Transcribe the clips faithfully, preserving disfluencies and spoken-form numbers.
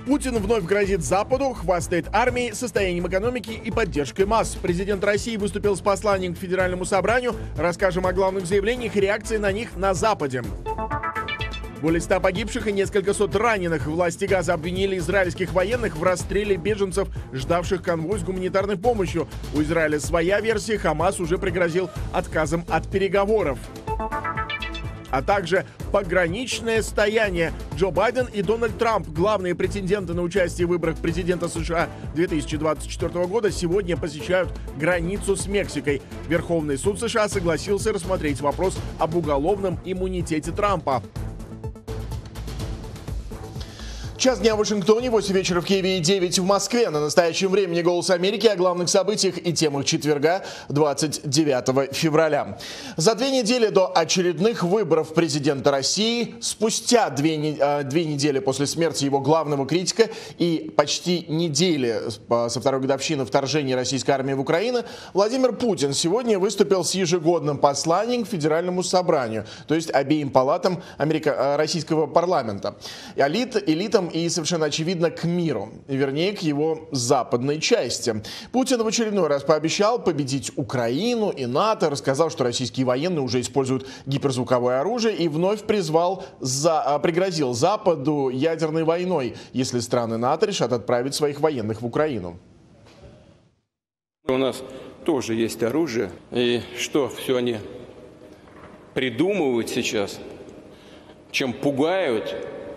Путин вновь грозит Западу, хвастает армией, состоянием экономики и поддержкой масс. Президент России выступил с посланием к Федеральному собранию. Расскажем о главных заявлениях и реакции на них на Западе. Более ста погибших и несколько сот раненых. Власти Газа обвинили израильских военных в расстреле беженцев, ждавших конвой с гуманитарной помощью. У Израиля своя версия, Хамас уже пригрозил отказом от переговоров. А также пограничное стояние. Джо Байден и Дональд Трамп, главные претенденты на участие в выборах президента США две тысячи двадцать четвёртого года, сегодня посещают границу с Мексикой. Верховный суд США согласился рассмотреть вопрос об уголовном иммунитете Трампа. Час дня в Вашингтоне, восемь вечера в Киеве и девять в Москве. На настоящем времени «Голос Америки» о главных событиях и темах четверга, двадцать девятого февраля. За две недели до очередных выборов президента России, спустя две, две недели после смерти его главного критика и почти недели со второй годовщины вторжения российской армии в Украину, Владимир Путин сегодня выступил с ежегодным посланием к Федеральному собранию, то есть обеим палатам Америка... российского парламента, элит, элитам и совершенно очевидно к миру, вернее к его западной части. Путин в очередной раз пообещал победить Украину и НАТО, рассказал, что российские военные уже используют гиперзвуковое оружие и вновь призвал, за, пригрозил Западу ядерной войной, если страны НАТО решат отправить своих военных в Украину. У нас тоже есть оружие, и что все они придумывают сейчас, чем пугают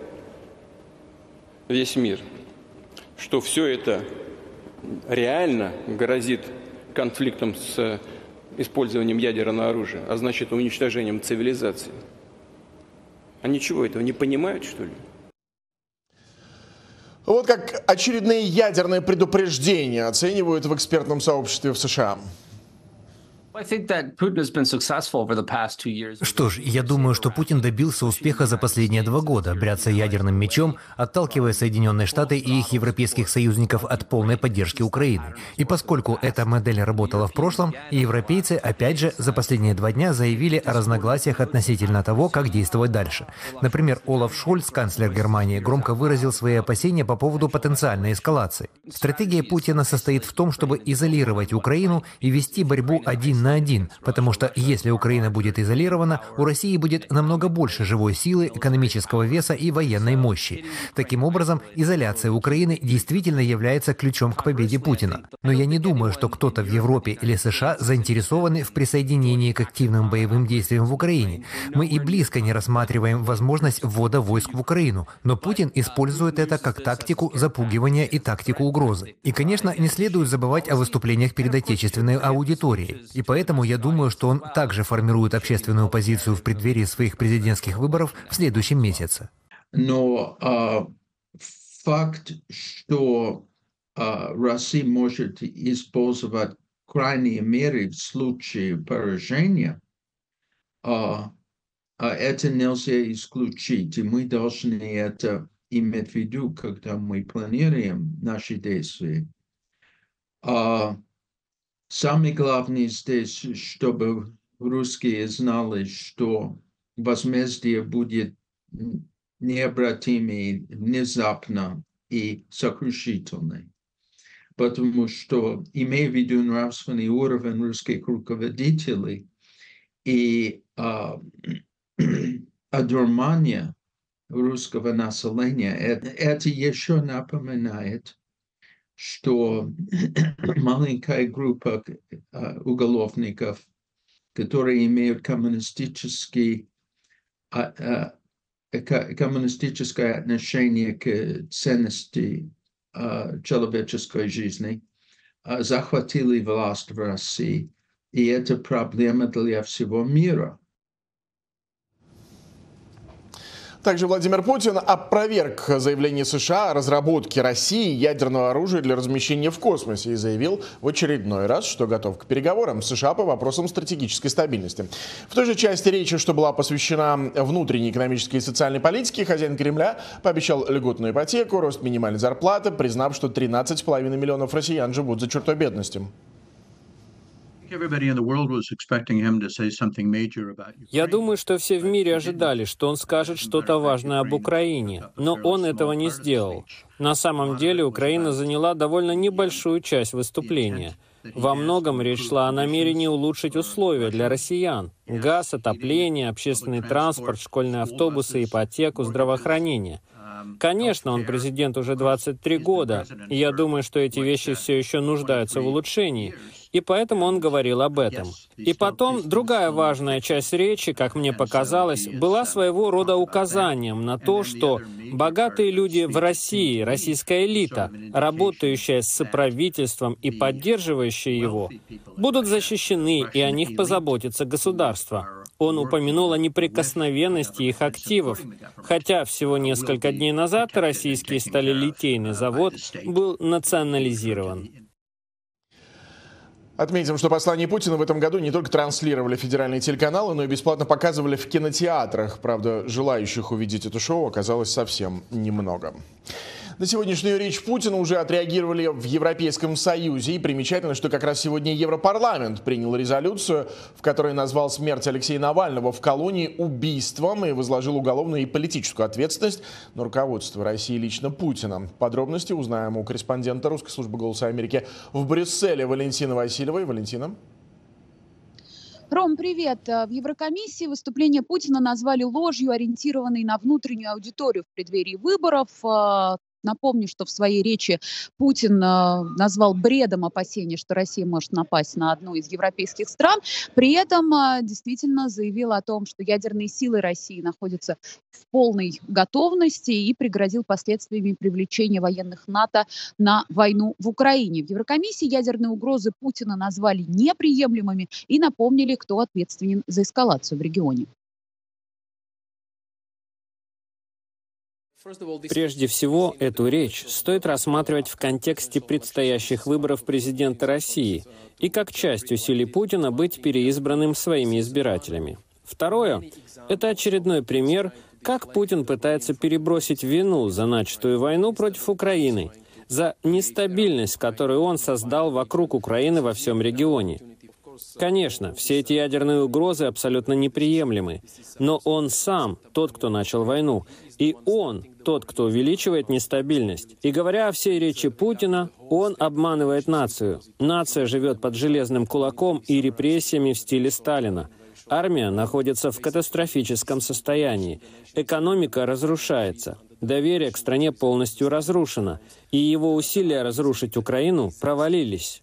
весь мир, что все это реально грозит конфликтом с использованием ядерного оружия, а значит уничтожением цивилизации. Они чего, этого не понимают, что ли? Вот как очередные ядерные предупреждения оценивают в экспертном сообществе в США. Что ж, я думаю, что Путин добился успеха за последние два года, бряться ядерным мечом, отталкивая Соединенные Штаты и их европейских союзников от полной поддержки Украины. И поскольку эта модель работала в прошлом, европейцы, опять же, за последние два дня заявили о разногласиях относительно того, как действовать дальше. Например, Олаф Шольц, канцлер Германии, громко выразил свои опасения по поводу потенциальной эскалации. Стратегия Путина состоит в том, чтобы изолировать Украину и вести борьбу один на один, потому что если Украина будет изолирована, у России будет намного больше живой силы, экономического веса и военной мощи. Таким образом, изоляция Украины действительно является ключом к победе Путина. Но я не думаю, что кто-то в Европе или США заинтересованы в присоединении к активным боевым действиям в Украине. Мы и близко не рассматриваем возможность ввода войск в Украину, но Путин использует это как тактику запугивания и тактику угрозы. И, конечно, не следует забывать о выступлениях перед отечественной аудиторией. И поэтому я думаю, что он также формирует общественную позицию в преддверии своих президентских выборов в следующем месяце. Но а, факт, что а, Россия может использовать крайние меры в случае поражения, а, а это нельзя исключить, и мы должны это иметь в виду, когда мы планируем наши действия. А, Самое главное здесь, чтобы русские знали, что возмездие будет необратимое, внезапно и сокрушительное. Потому что, имея в виду нравственный уровень русских руководителей и а, одурмание русского населения, это, это еще напоминает, что маленькая группа uh, уголовников, которые имеют коммунистический, uh, uh, коммунистическое отношение к ценности uh, человеческой жизни, uh, захватили власть в России. И это проблема для всего мира. Также Владимир Путин опроверг заявление США о разработке России ядерного оружия для размещения в космосе и заявил в очередной раз, что готов к переговорам с США по вопросам стратегической стабильности. В той же части речи, что была посвящена внутренней экономической и социальной политике, хозяин Кремля пообещал льготную ипотеку, рост минимальной зарплаты, признав, что тринадцать с половиной миллионов россиян живут за чертой бедности. Я думаю, что все в мире ожидали, что он скажет что-то важное об Украине, но он этого не сделал. На самом деле Украина заняла довольно небольшую часть выступления. Во многом речь шла о намерении улучшить условия для россиян: газ, отопление, общественный транспорт, школьные автобусы, ипотеку, здравоохранение. Конечно, он президент уже двадцать три года, и я думаю, что эти вещи все еще нуждаются в улучшении, и поэтому он говорил об этом. И потом, другая важная часть речи, как мне показалось, была своего рода указанием на то, что богатые люди в России, российская элита, работающая с правительством и поддерживающая его, будут защищены, и о них позаботится государство. Он упомянул о неприкосновенности их активов, хотя всего несколько дней назад российский сталелитейный завод был национализирован. Отметим, что послание Путина в этом году не только транслировали федеральные телеканалы, но и бесплатно показывали в кинотеатрах. Правда, желающих увидеть это шоу оказалось совсем немного. На сегодняшнюю речь Путина уже отреагировали в Европейском Союзе. И примечательно, что как раз сегодня Европарламент принял резолюцию, в которой назвал смерть Алексея Навального в колонии убийством и возложил уголовную и политическую ответственность на руководство России лично Путина. Подробности узнаем у корреспондента русской службы «Голоса Америки» в Брюсселе Валентины Васильевой. Валентина. Ром, привет. В Еврокомиссии выступление Путина назвали ложью, ориентированной на внутреннюю аудиторию в преддверии выборов. Напомню, что в своей речи Путин э, назвал бредом опасения, что Россия может напасть на одну из европейских стран. При этом э, действительно заявил о том, что ядерные силы России находятся в полной готовности, и пригрозил последствиями привлечения военных НАТО на войну в Украине. В Еврокомиссии ядерные угрозы Путина назвали неприемлемыми и напомнили, кто ответственен за эскалацию в регионе. Прежде всего, эту речь стоит рассматривать в контексте предстоящих выборов президента России и как часть усилий Путина быть переизбранным своими избирателями. Второе — это очередной пример, как Путин пытается перебросить вину за начатую войну против Украины, за нестабильность, которую он создал вокруг Украины во всем регионе. Конечно, все эти ядерные угрозы абсолютно неприемлемы, но он сам тот, кто начал войну, и он тот, кто увеличивает нестабильность. И говоря о всей речи Путина, он обманывает нацию. Нация живет под железным кулаком и репрессиями в стиле Сталина. Армия находится в катастрофическом состоянии. Экономика разрушается. Доверие к стране полностью разрушено, и его усилия разрушить Украину провалились.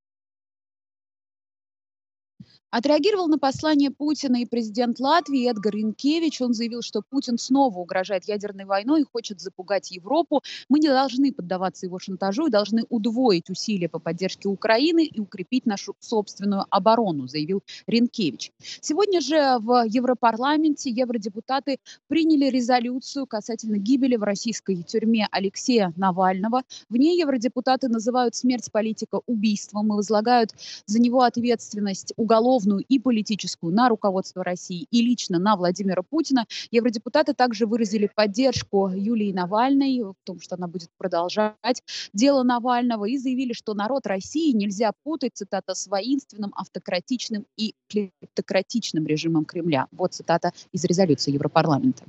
Отреагировал на послание Путина и президент Латвии Эдгар Ринкевич. Он заявил, что Путин снова угрожает ядерной войной и хочет запугать Европу. Мы не должны поддаваться его шантажу и должны удвоить усилия по поддержке Украины и укрепить нашу собственную оборону, заявил Ринкевич. Сегодня же в Европарламенте евродепутаты приняли резолюцию касательно гибели в российской тюрьме Алексея Навального. В ней евродепутаты называют смерть политика убийством и возлагают за него ответственность уголовную и политическую на руководство России и лично на Владимира Путина. Евродепутаты также выразили поддержку Юлии Навальной в том, что она будет продолжать дело Навального, и заявили, что народ России нельзя путать, цитата, с воинственным, автократичным и клептократичным режимом Кремля. Вот цитата из резолюции Европарламента.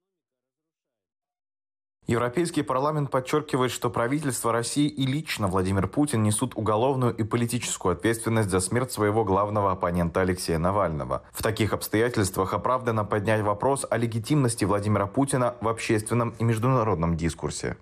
Европейский парламент подчеркивает, что правительство России и лично Владимир Путин несут уголовную и политическую ответственность за смерть своего главного оппонента Алексея Навального. В таких обстоятельствах оправдано поднять вопрос о легитимности Владимира Путина в общественном и международном дискурсе.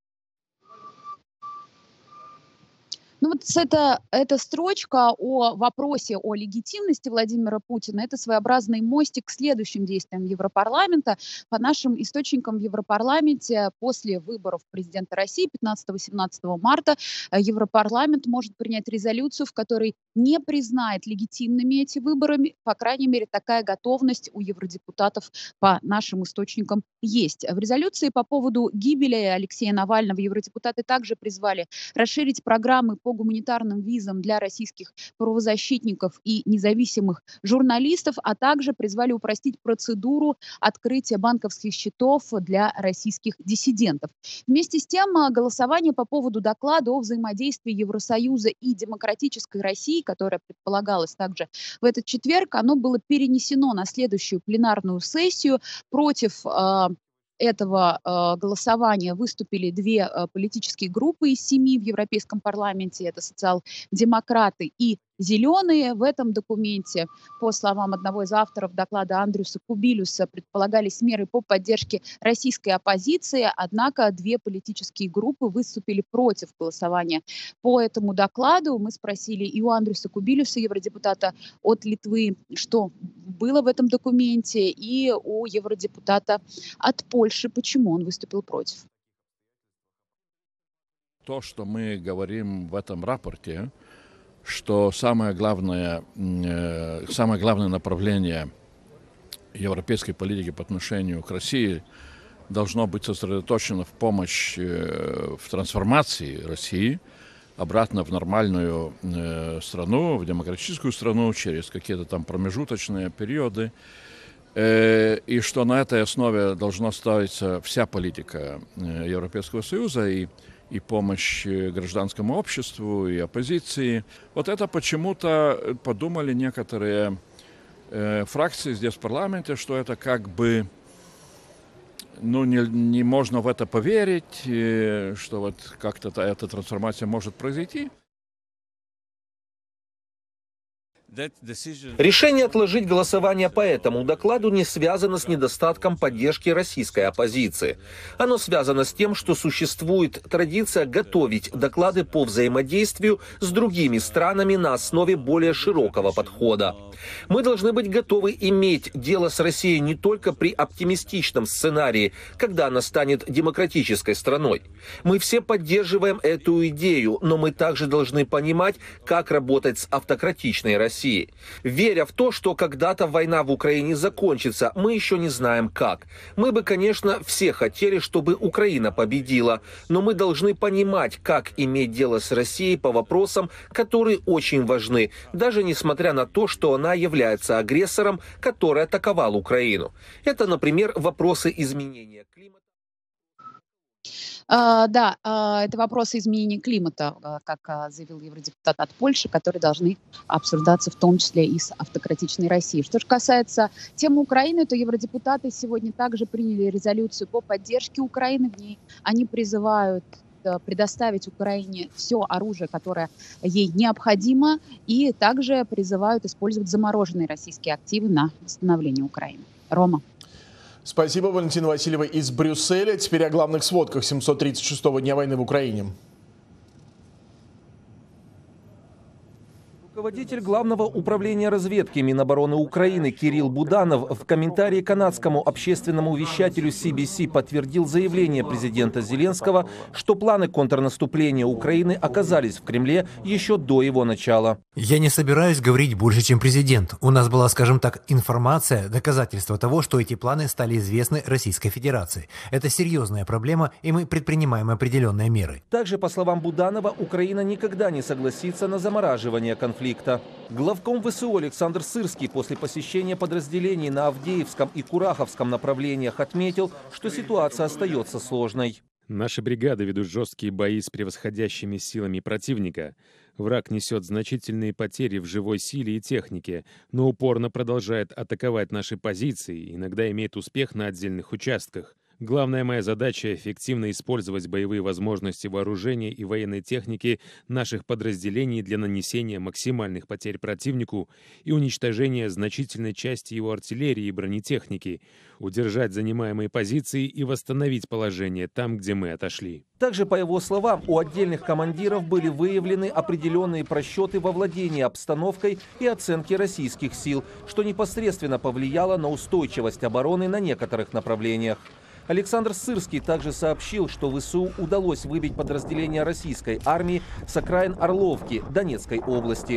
Ну вот это, эта строчка о вопросе о легитимности Владимира Путина — это своеобразный мостик к следующим действиям Европарламента. По нашим источникам в Европарламенте после выборов президента России пятнадцатого-семнадцатого марта Европарламент может принять резолюцию, в которой не признает легитимными эти выборы. По крайней мере, такая готовность у евродепутатов по нашим источникам есть. В резолюции по поводу гибели Алексея Навального евродепутаты также призвали расширить программы по по гуманитарным визам для российских правозащитников и независимых журналистов, а также призвали упростить процедуру открытия банковских счетов для российских диссидентов. Вместе с тем, голосование по поводу доклада о взаимодействии Евросоюза и демократической России, которое предполагалось также в этот четверг, оно было перенесено на следующую пленарную сессию. Против э, этого э, голосования выступили две э, политические группы из семи в Европейском парламенте. Это социал-демократы и зеленые. В этом документе, по словам одного из авторов доклада Андрюса Кубилюса, предполагались меры по поддержке российской оппозиции, однако две политические группы выступили против голосования по этому докладу. Мы спросили и у Андрюса Кубилюса, евродепутата от Литвы, что было в этом документе, и у евродепутата от Польши, почему он выступил против. То, что мы говорим в этом рапорте, что самое главное, самое главное направление европейской политики по отношению к России должно быть сосредоточено в помощь в трансформации России обратно в нормальную страну, в демократическую страну через какие-то там промежуточные периоды. И что на этой основе должна ставиться вся политика Европейского Союза и и помощь гражданскому обществу, и оппозиции. Вот это почему-то подумали некоторые э, фракции здесь в парламенте, что это как бы, ну, не, не можно в это поверить, э, что вот как-то эта трансформация может произойти. Решение отложить голосование по этому докладу не связано с недостатком поддержки российской оппозиции. Оно связано с тем, что существует традиция готовить доклады по взаимодействию с другими странами на основе более широкого подхода. Мы должны быть готовы иметь дело с Россией не только при оптимистичном сценарии, когда она станет демократической страной. Мы все поддерживаем эту идею, но мы также должны понимать, как работать с автократичной Россией. Веря в то, что когда-то война в Украине закончится, мы еще не знаем как. Мы бы, конечно, все хотели, чтобы Украина победила, но мы должны понимать, как иметь дело с Россией по вопросам, которые очень важны, даже несмотря на то, что она является агрессором, который атаковал Украину. Это, например, вопросы изменения климата. Uh, да, uh, это вопросы изменения климата, uh, как uh, заявил евродепутат от Польши, которые должны обсуждаться в том числе и с автократичной Россией. Что же касается темы Украины, то евродепутаты сегодня также приняли резолюцию по поддержке Украины. В ней они призывают предоставить Украине все оружие, которое ей необходимо, и также призывают использовать замороженные российские активы на восстановление Украины. Рома. Спасибо, Валентина Васильева из Брюсселя. Теперь о главных сводках семьсот тридцать шестого дня войны в Украине. Руководитель Главного управления разведки Минобороны Украины Кирилл Буданов в комментарии канадскому общественному вещателю си би си подтвердил заявление президента Зеленского, что планы контрнаступления Украины оказались в Кремле еще до его начала. Я не собираюсь говорить больше, чем президент. У нас была, скажем так, информация, доказательство того, что эти планы стали известны Российской Федерации. Это серьезная проблема, и мы предпринимаем определенные меры. Также, по словам Буданова, Украина никогда не согласится на замораживание конфликта. Главком вэ эс у Александр Сырский после посещения подразделений на Авдеевском и Кураховском направлениях отметил, что ситуация остается сложной. Наши бригады ведут жесткие бои с превосходящими силами противника. Враг несет значительные потери в живой силе и технике, но упорно продолжает атаковать наши позиции, иногда имеет успех на отдельных участках. Главная моя задача — эффективно использовать боевые возможности вооружения и военной техники наших подразделений для нанесения максимальных потерь противнику и уничтожения значительной части его артиллерии и бронетехники, удержать занимаемые позиции и восстановить положение там, где мы отошли. Также, по его словам, у отдельных командиров были выявлены определенные просчеты во владении обстановкой и оценке российских сил, что непосредственно повлияло на устойчивость обороны на некоторых направлениях. Александр Сырский также сообщил, что вэ эс у удалось выбить подразделения российской армии с окраин Орловки Донецкой области.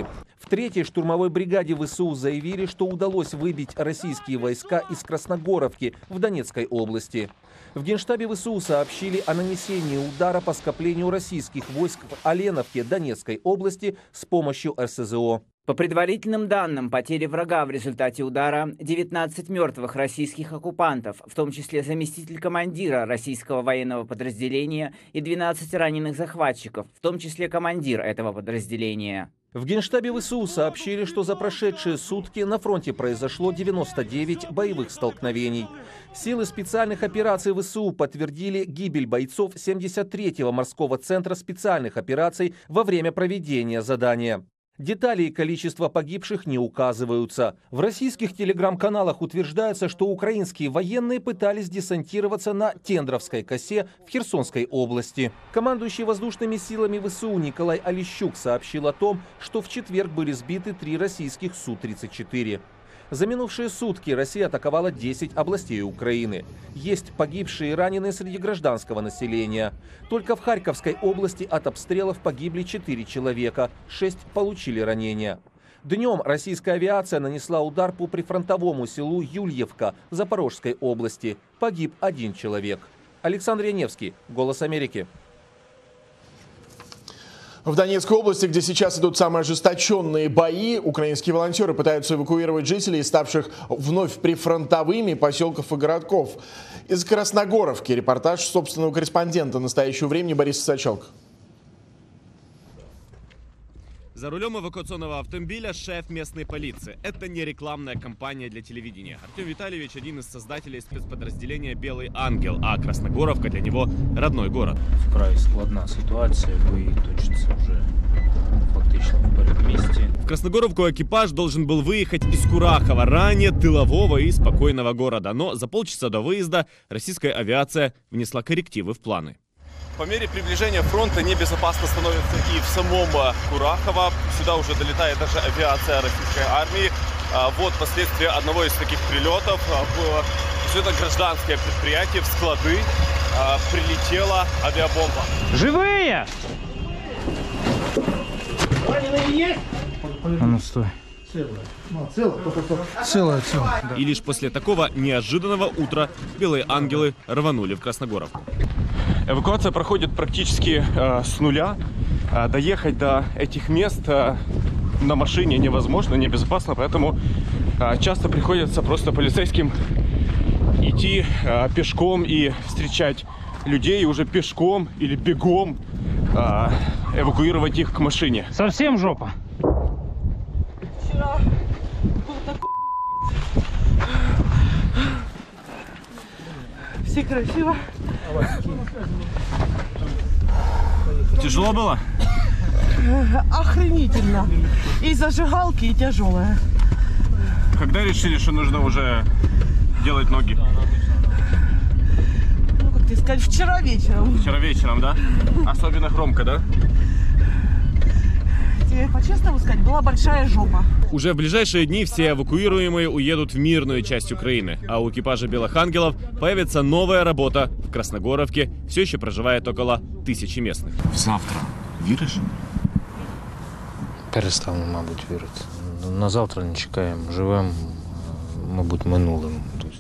В третьей штурмовой бригаде ВСУ заявили, что удалось выбить российские войска из Красногоровки в Донецкой области. В Генштабе ВСУ сообщили о нанесении удара по скоплению российских войск в Оленовке Донецкой области с помощью эр эс зэ о. По предварительным данным, потери врага в результате удара – девятнадцать мертвых российских оккупантов, в том числе заместитель командира российского военного подразделения и двенадцать раненых захватчиков, в том числе командир этого подразделения. В Генштабе ВСУ сообщили, что за прошедшие сутки на фронте произошло девяносто девять боевых столкновений. Силы специальных операций ВСУ подтвердили гибель бойцов семьдесят третьего морского центра специальных операций во время проведения задания. Детали и количество погибших не указываются. В российских телеграм-каналах утверждается, что украинские военные пытались десантироваться на Тендровской косе в Херсонской области. Командующий воздушными силами ВСУ Николай Олещук сообщил о том, что в четверг были сбиты три российских Су тридцать четыре. За минувшие сутки Россия атаковала десять областей Украины. Есть погибшие и раненые среди гражданского населения. Только в Харьковской области от обстрелов погибли четыре человека, шесть получили ранения. Днем российская авиация нанесла удар по прифронтовому селу Юльевка Запорожской области. Погиб один человек. Александр Яневский, «Голос Америки». В Донецкой области, где сейчас идут самые ожесточенные бои, украинские волонтеры пытаются эвакуировать жителей, ставших вновь прифронтовыми поселков и городков. Из Красногоровки репортаж собственного корреспондента настоящего времени Бориса Сачалка. За рулем эвакуационного автомобиля шеф местной полиции. Это не рекламная кампания для телевидения. Артем Витальевич – один из создателей спецподразделения «Белый ангел», а Красногоровка для него родной город. Вкрай складна ситуация, бої точатся уже фактически в передмісті. В Красногоровку экипаж должен был выехать из Курахова, ранее тылового и спокойного города. Но за полчаса до выезда российская авиация внесла коррективы в планы. По мере приближения фронта небезопасно становится и в самом Курахово. Сюда уже долетает даже авиация российской армии. Вот последствия одного из таких прилетов. Все это гражданское предприятие, в склады прилетела авиабомба. Живые! Раненые есть? А ну стой. Целая, целая. И лишь после такого неожиданного утра белые ангелы рванули в Красногоровку. Эвакуация проходит практически э, с нуля. Э, доехать до этих мест э, на машине невозможно, небезопасно, поэтому э, часто приходится просто полицейским идти э, пешком и встречать людей уже пешком или бегом, э, эвакуировать их к машине. Совсем жопа. Вчера был такой... Все красиво. Тяжело было? Охренительно. И зажигалки, и тяжелая. Когда решили, что нужно уже делать ноги? Ну, как тебе сказать, вчера вечером. Вчера вечером, да? Особенно громко, да? Тебе по-честному сказать, была большая жопа. Уже в ближайшие дни все эвакуируемые уедут в мирную часть Украины, а у экипажа «Белых ангелов» появится новая работа. В Красногоровке все еще проживает около тысячи местных. Завтра віриш? Перестав, мабуть, вірити. На завтра не чекаємо. Живемо, мабуть, минулим.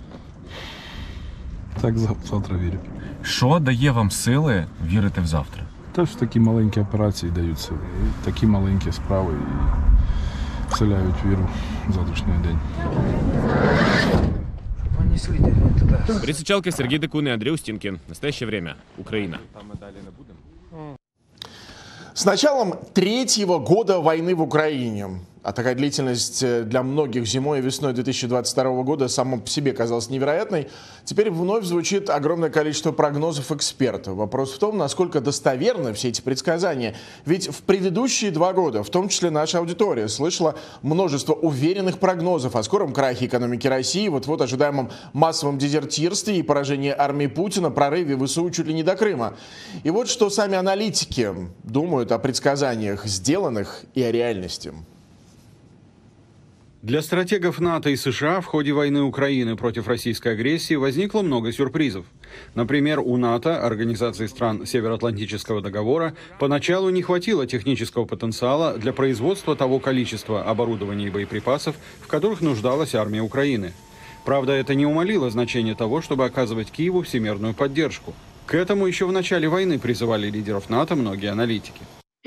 Так, завтра вірю. Що дає вам сили вірити в завтра? Теж такі маленькі операції дають сили, такі маленькі справи і вселяють віру в завтрашній день. Борис Сачалка, Сергей Декун и Андрей Устинкин. Настоящее время. Украина. С началом третьего года войны в Украине, а такая длительность для многих зимой и весной две тысячи двадцать второго года сама по себе казалась невероятной, теперь вновь звучит огромное количество прогнозов экспертов. Вопрос в том, насколько достоверны все эти предсказания. Ведь в предыдущие два года, в том числе наша аудитория, слышала множество уверенных прогнозов о скором крахе экономики России, вот-вот ожидаемом массовом дезертирстве и поражении армии Путина, прорыве ВСУ чуть ли не до Крыма. И вот что сами аналитики думают о предсказаниях сделанных и о реальности. Для стратегов НАТО и США в ходе войны Украины против российской агрессии возникло много сюрпризов. Например, у НАТО, Организации стран Североатлантического договора, поначалу не хватило технического потенциала для производства того количества оборудования и боеприпасов, в которых нуждалась армия Украины. Правда, это не умалило значение того, чтобы оказывать Киеву всемирную поддержку. К этому еще в начале войны призывали лидеров НАТО многие аналитики.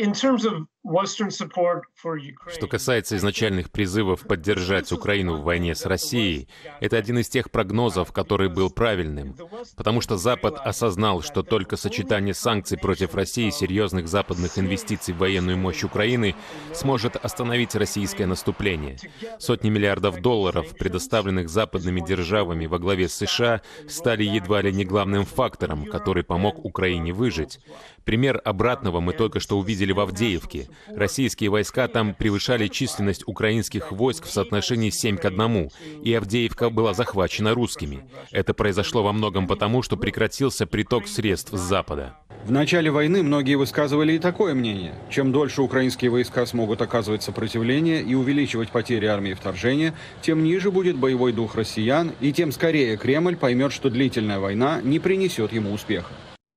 Что касается изначальных призывов поддержать Украину в войне с Россией, это один из тех прогнозов, который был правильным, потому что Запад осознал, что только сочетание санкций против России и серьезных западных инвестиций в военную мощь Украины сможет остановить российское наступление. Сотни миллиардов долларов, предоставленных западными державами во главе с США, стали едва ли не главным фактором, который помог Украине выжить. Пример обратного мы только что увидели в Авдеевке. Российские войска там превышали численность украинских войск в соотношении семь к одному, и Авдеевка была захвачена русскими. Это произошло во многом потому, что прекратился приток средств с Запада. В начале войны многие высказывали и такое мнение. Чем дольше украинские войска смогут оказывать сопротивление и увеличивать потери армии вторжения, тем ниже будет боевой дух россиян, и тем скорее Кремль поймет, что длительная война не принесет ему успеха.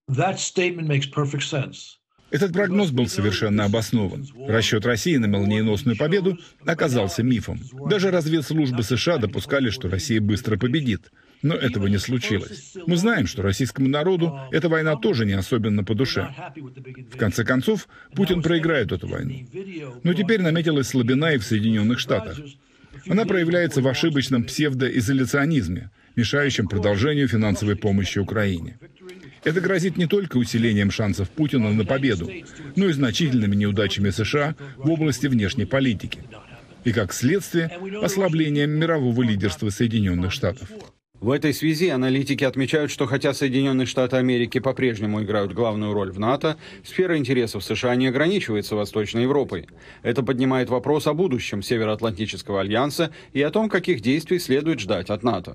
Этот прогноз был совершенно обоснован. Расчет России на молниеносную победу оказался мифом. Даже разведслужбы США допускали, что Россия быстро победит. Но этого не случилось. Мы знаем, что российскому народу эта война тоже не особенно по душе. В конце концов, Путин проиграет эту войну. Но теперь наметилась слабина и в Соединенных Штатах. Она проявляется в ошибочном псевдоизоляционизме, мешающем продолжению финансовой помощи Украине. Это грозит не только усилением шансов Путина на победу, но и значительными неудачами США в области внешней политики. И, как следствие, ослаблением мирового лидерства Соединенных Штатов. В этой связи аналитики отмечают, что хотя Соединенные Штаты Америки по-прежнему играют главную роль в НАТО, сфера интересов США не ограничивается Восточной Европой. Это поднимает вопрос о будущем Североатлантического альянса и о том, каких действий следует ждать от НАТО.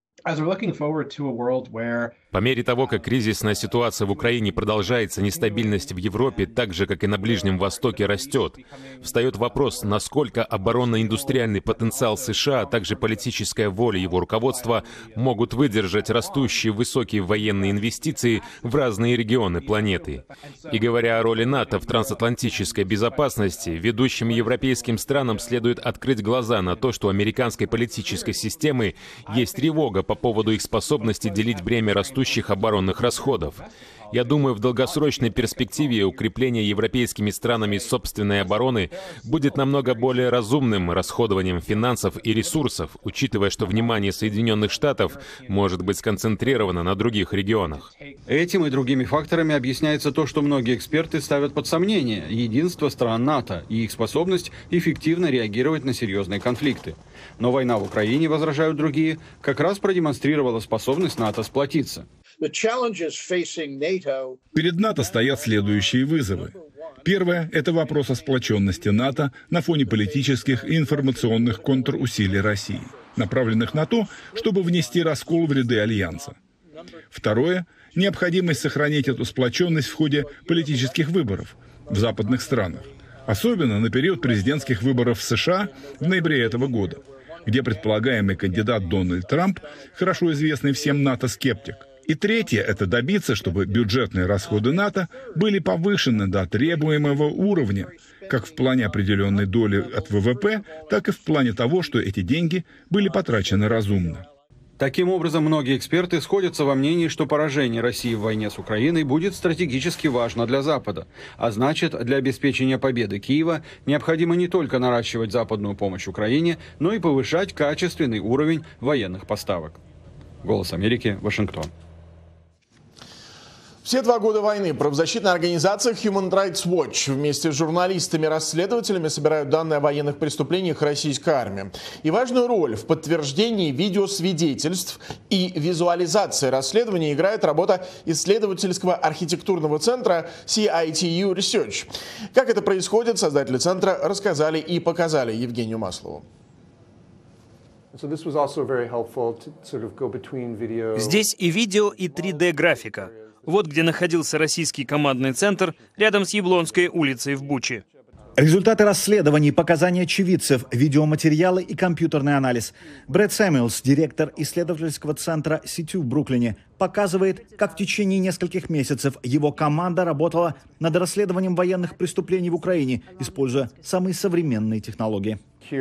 По мере того, как кризисная ситуация в Украине продолжается, нестабильность в Европе, так же, как и на Ближнем Востоке, растет. Встает вопрос, насколько оборонно-индустриальный потенциал США, а также политическая воля его руководства могут выдержать растущие высокие военные инвестиции в разные регионы планеты. И говоря о роли НАТО в трансатлантической безопасности, ведущим европейским странам следует открыть глаза на то, что у американской политической системы есть тревога по поводу их способности делить бремя растущих оборонных расходов. Я думаю, в долгосрочной перспективе укрепление европейскими странами собственной обороны будет намного более разумным расходованием финансов и ресурсов, учитывая, что внимание Соединенных Штатов может быть сконцентрировано на других регионах. Этим и другими факторами объясняется то, что многие эксперты ставят под сомнение единство стран НАТО и их способность эффективно реагировать на серьезные конфликты. Но война в Украине, возражают другие, как раз продемонстрировала способность НАТО сплотиться. Перед НАТО стоят следующие вызовы. Первое – это вопрос о сплоченности НАТО на фоне политических и информационных контрусилий России, направленных на то, чтобы внести раскол в ряды Альянса. Второе – необходимость сохранить эту сплоченность в ходе политических выборов в западных странах, особенно на период президентских выборов в США в ноябре этого года, где предполагаемый кандидат Дональд Трамп, хорошо известный всем НАТО-скептик. И третье – это добиться, чтобы бюджетные расходы НАТО были повышены до требуемого уровня, как в плане определенной доли от ВВП, так и в плане того, что эти деньги были потрачены разумно. Таким образом, многие эксперты сходятся во мнении, что поражение России в войне с Украиной будет стратегически важно для Запада. А значит, для обеспечения победы Киева необходимо не только наращивать западную помощь Украине, но и повышать качественный уровень военных поставок. Голос Америки, Вашингтон. Все два года войны правозащитная организация Human Rights Watch вместе с журналистами-расследователями собирают данные о военных преступлениях российской армии. И важную роль в подтверждении видеосвидетельств и визуализации расследований играет работа исследовательского архитектурного центра си ай ти ю Research. Как это происходит, создатели центра рассказали и показали Евгению Маслову. Здесь и видео, и три дэ графика. Вот где находился российский командный центр, рядом с Яблонской улицей в Буче. Результаты расследований, показания очевидцев, видеоматериалы и компьютерный анализ. Брэд Сэмюэлс, директор исследовательского центра си ту в Бруклине, показывает, как в течение нескольких месяцев его команда работала над расследованием военных преступлений в Украине, используя самые современные технологии.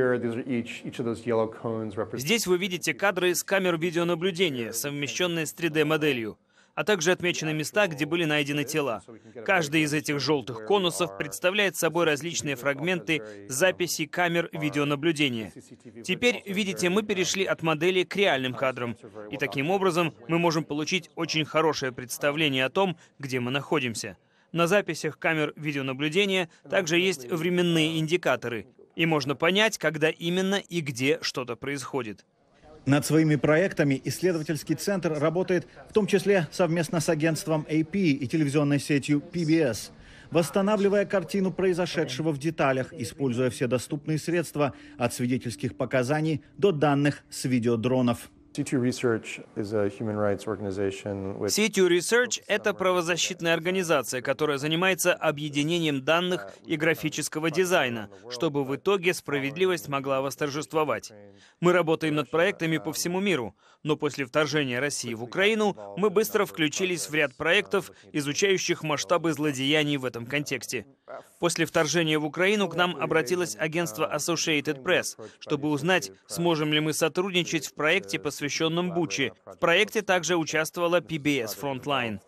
Здесь вы видите кадры с камер видеонаблюдения, совмещенные с три дэ моделью, а также отмечены места, где были найдены тела. Каждый из этих желтых конусов представляет собой различные фрагменты записей камер видеонаблюдения. Теперь, видите, мы перешли от модели к реальным кадрам, и таким образом мы можем получить очень хорошее представление о том, где мы находимся. На записях камер видеонаблюдения также есть временные индикаторы, и можно понять, когда именно и где что-то происходит. Над своими проектами исследовательский центр работает в том числе совместно с агентством эй пи и телевизионной сетью пи би эс, восстанавливая картину произошедшего в деталях, используя все доступные средства от свидетельских показаний до данных с видеодронов. си ту Research is a human rights organization with... си ту Research — это правозащитная организация, которая занимается объединением данных и графического дизайна, чтобы в итоге справедливость могла восторжествовать. Мы работаем над проектами по всему миру, но после вторжения России в Украину мы быстро включились в ряд проектов, изучающих масштабы злодеяний в этом контексте. После вторжения в Украину к нам обратилось агентство Associated Press, чтобы узнать, сможем ли мы сотрудничать в проекте, посвященном Буче. В проекте также участвовала пи би эс Frontline.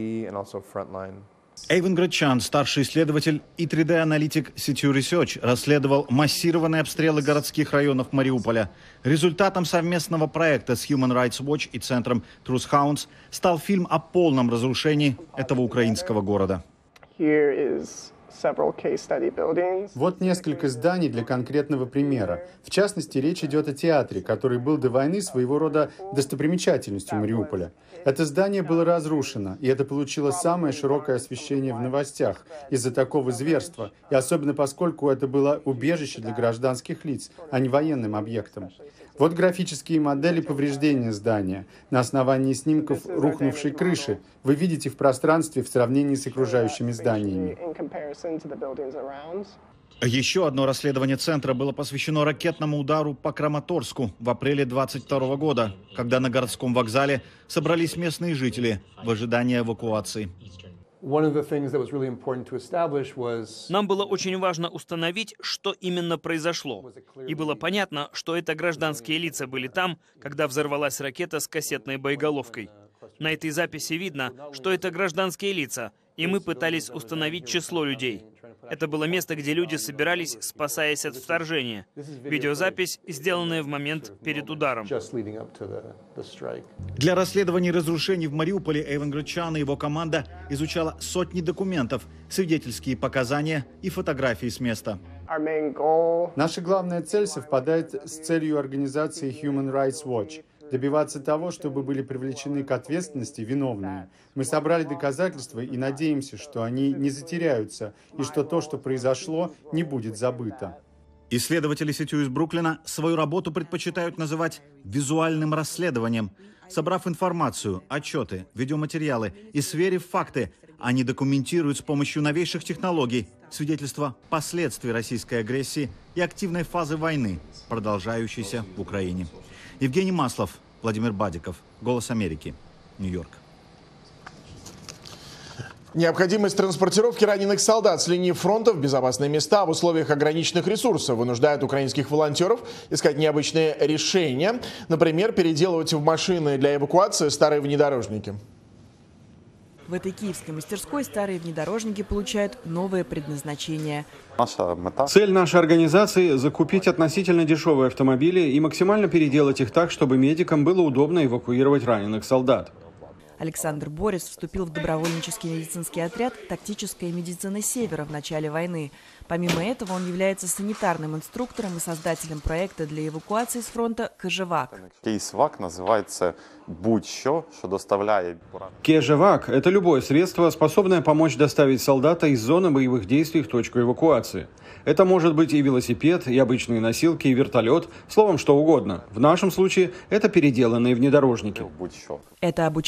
Эйвен Гречан, старший исследователь и три дэ-аналитик си ту Research, расследовал массированные обстрелы городских районов Мариуполя. Результатом совместного проекта с Human Rights Watch и центром Truth Hounds стал фильм о полном разрушении этого украинского города. Вот несколько зданий для конкретного примера. В частности, речь идет о театре, который был до войны своего рода достопримечательностью Мариуполя. Это здание было разрушено, и это получило самое широкое освещение в новостях из-за такого зверства, и особенно поскольку это было убежище для гражданских лиц, а не военным объектом. Вот графические модели повреждения здания. На основании снимков рухнувшей крыши вы видите в пространстве в сравнении с окружающими зданиями. Еще одно расследование центра было посвящено ракетному удару по Краматорску в апреле двадцать второго года, когда на городском вокзале собрались местные жители в ожидании эвакуации. Нам было очень важно установить, что именно произошло. И было понятно, что это гражданские лица были там, когда взорвалась ракета с кассетной боеголовкой. На этой записи видно, что это гражданские лица, и мы пытались установить число людей. Это было место, где люди собирались, спасаясь от вторжения. Видеозапись, сделанная в момент перед ударом. Для расследования разрушений в Мариуполе Эйвен Гречан и его команда изучала сотни документов, свидетельские показания и фотографии с места. Наша главная цель совпадает с целью организации Human Rights Watch – добиваться того, чтобы были привлечены к ответственности виновные. Мы собрали доказательства и надеемся, что они не затеряются, и что то, что произошло, не будет забыто. Исследователи си ту из Бруклина свою работу предпочитают называть визуальным расследованием. Собрав информацию, отчеты, видеоматериалы и сверив факты, они документируют с помощью новейших технологий свидетельства последствий российской агрессии и активной фазы войны, продолжающейся в Украине. Евгений Маслов, Владимир Бадиков, «Голос Америки», Нью-Йорк. Необходимость транспортировки раненых солдат с линии фронта в безопасные места в условиях ограниченных ресурсов вынуждает украинских волонтеров искать необычные решения. Например, переделывать в машины для эвакуации старые внедорожники. В этой киевской мастерской старые внедорожники получают новое предназначение. Цель нашей организации – закупить относительно дешевые автомобили и максимально переделать их так, чтобы медикам было удобно эвакуировать раненых солдат. Александр Борис вступил в добровольнический медицинский отряд «Тактическая медицина Севера» в начале войны. Помимо этого, он является санитарным инструктором и создателем проекта для эвакуации с фронта «Кежевак». Кейсвак называется «будь-що, що доставляє». Кежевак – это любое средство, способное помочь доставить солдата из зоны боевых действий в точку эвакуации. Это может быть и велосипед, и обычные носилки, и вертолет, словом, что угодно. В нашем случае это переделанные внедорожники. Это обучающие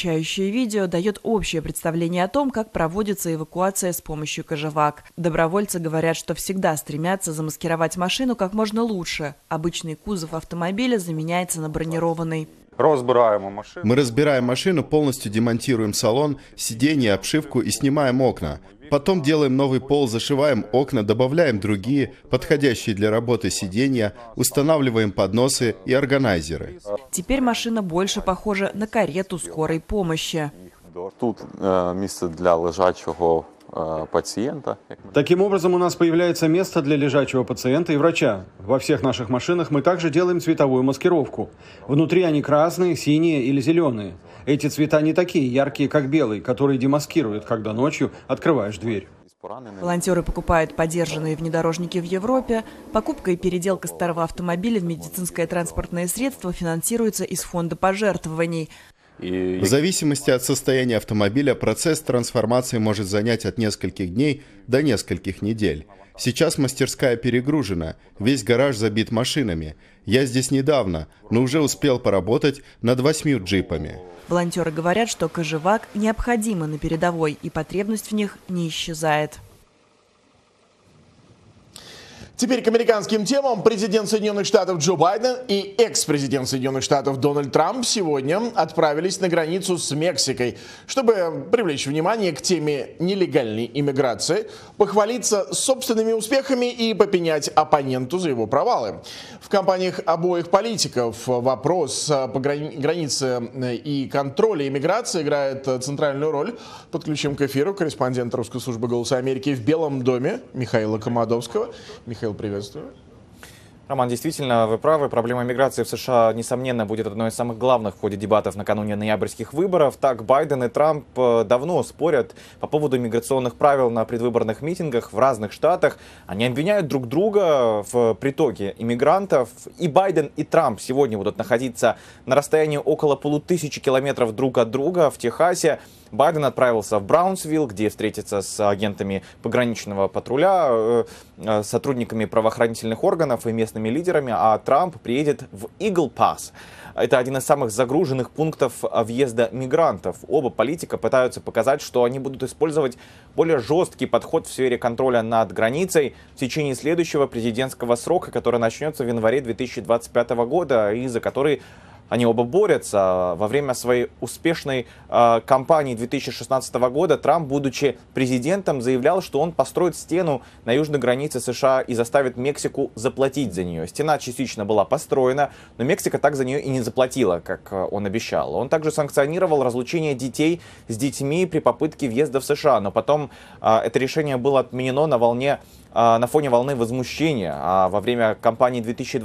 Следующее видео дает общее представление о том, как проводится эвакуация с помощью кожевак. Добровольцы говорят, что всегда стремятся замаскировать машину как можно лучше. Обычный кузов автомобиля заменяется на бронированный. Мы разбираем машину, полностью демонтируем салон, сиденье, обшивку и снимаем окна. Потом делаем новый пол, зашиваем окна, добавляем другие, подходящие для работы сиденья, устанавливаем подносы и органайзеры. Теперь машина больше похожа на карету скорой помощи. Тут э, место для лежачего э, пациента. Таким образом, у нас появляется место для лежачего пациента и врача. Во всех наших машинах мы также делаем цветовую маскировку. Внутри они красные, синие или зеленые. Эти цвета не такие яркие, как белый, который демаскирует, когда ночью открываешь дверь. Волонтеры покупают подержанные внедорожники в Европе. Покупка и переделка старого автомобиля в медицинское транспортное средство финансируется из фонда пожертвований. В зависимости от состояния автомобиля процесс трансформации может занять от нескольких дней до нескольких недель. Сейчас мастерская перегружена, весь гараж забит машинами. Я здесь недавно, но уже успел поработать над восьмью джипами. Волонтеры говорят, что кожевак необходимы на передовой, и потребность в них не исчезает. Теперь к американским темам. Президент Соединенных Штатов Джо Байден и экс-президент Соединенных Штатов Дональд Трамп сегодня отправились на границу с Мексикой, чтобы привлечь внимание к теме нелегальной иммиграции, похвалиться собственными успехами и попенять оппоненту за его провалы. В кампаниях обоих политиков вопрос по границе и контроле иммиграции играет центральную роль. Подключим к эфиру корреспондента русской службы «Голоса Америки» в Белом доме Михаила Комадовского. Михаил, приветствую. Роман, действительно, вы правы. Проблема миграции в США, несомненно, будет одной из самых главных в ходе дебатов накануне ноябрьских выборов. Так, Байден и Трамп давно спорят по поводу миграционных правил на предвыборных митингах в разных штатах. Они обвиняют друг друга в притоке иммигрантов. И Байден, и Трамп сегодня будут находиться на расстоянии около полутысячи километров друг от друга в Техасе. Байден отправился в Браунсвилл, где встретится с агентами пограничного патруля, сотрудниками правоохранительных органов и местными лидерами, а Трамп приедет в Игл Пасс. Это один из самых загруженных пунктов въезда мигрантов. Оба политика пытаются показать, что они будут использовать более жесткий подход в сфере контроля над границей в течение следующего президентского срока, который начнется в январе две тысячи двадцать пятого года, и за который они оба борются. Во время своей успешной э, кампании две тысячи шестнадцатого года Трамп, будучи президентом, заявлял, что он построит стену на южной границе США и заставит Мексику заплатить за нее. Стена частично была построена, но Мексика так за нее и не заплатила, как он обещал. Он также санкционировал разлучение детей с детьми при попытке въезда в США, но потом э, это решение было отменено на волне на фоне волны возмущения. А во время кампании две тысячи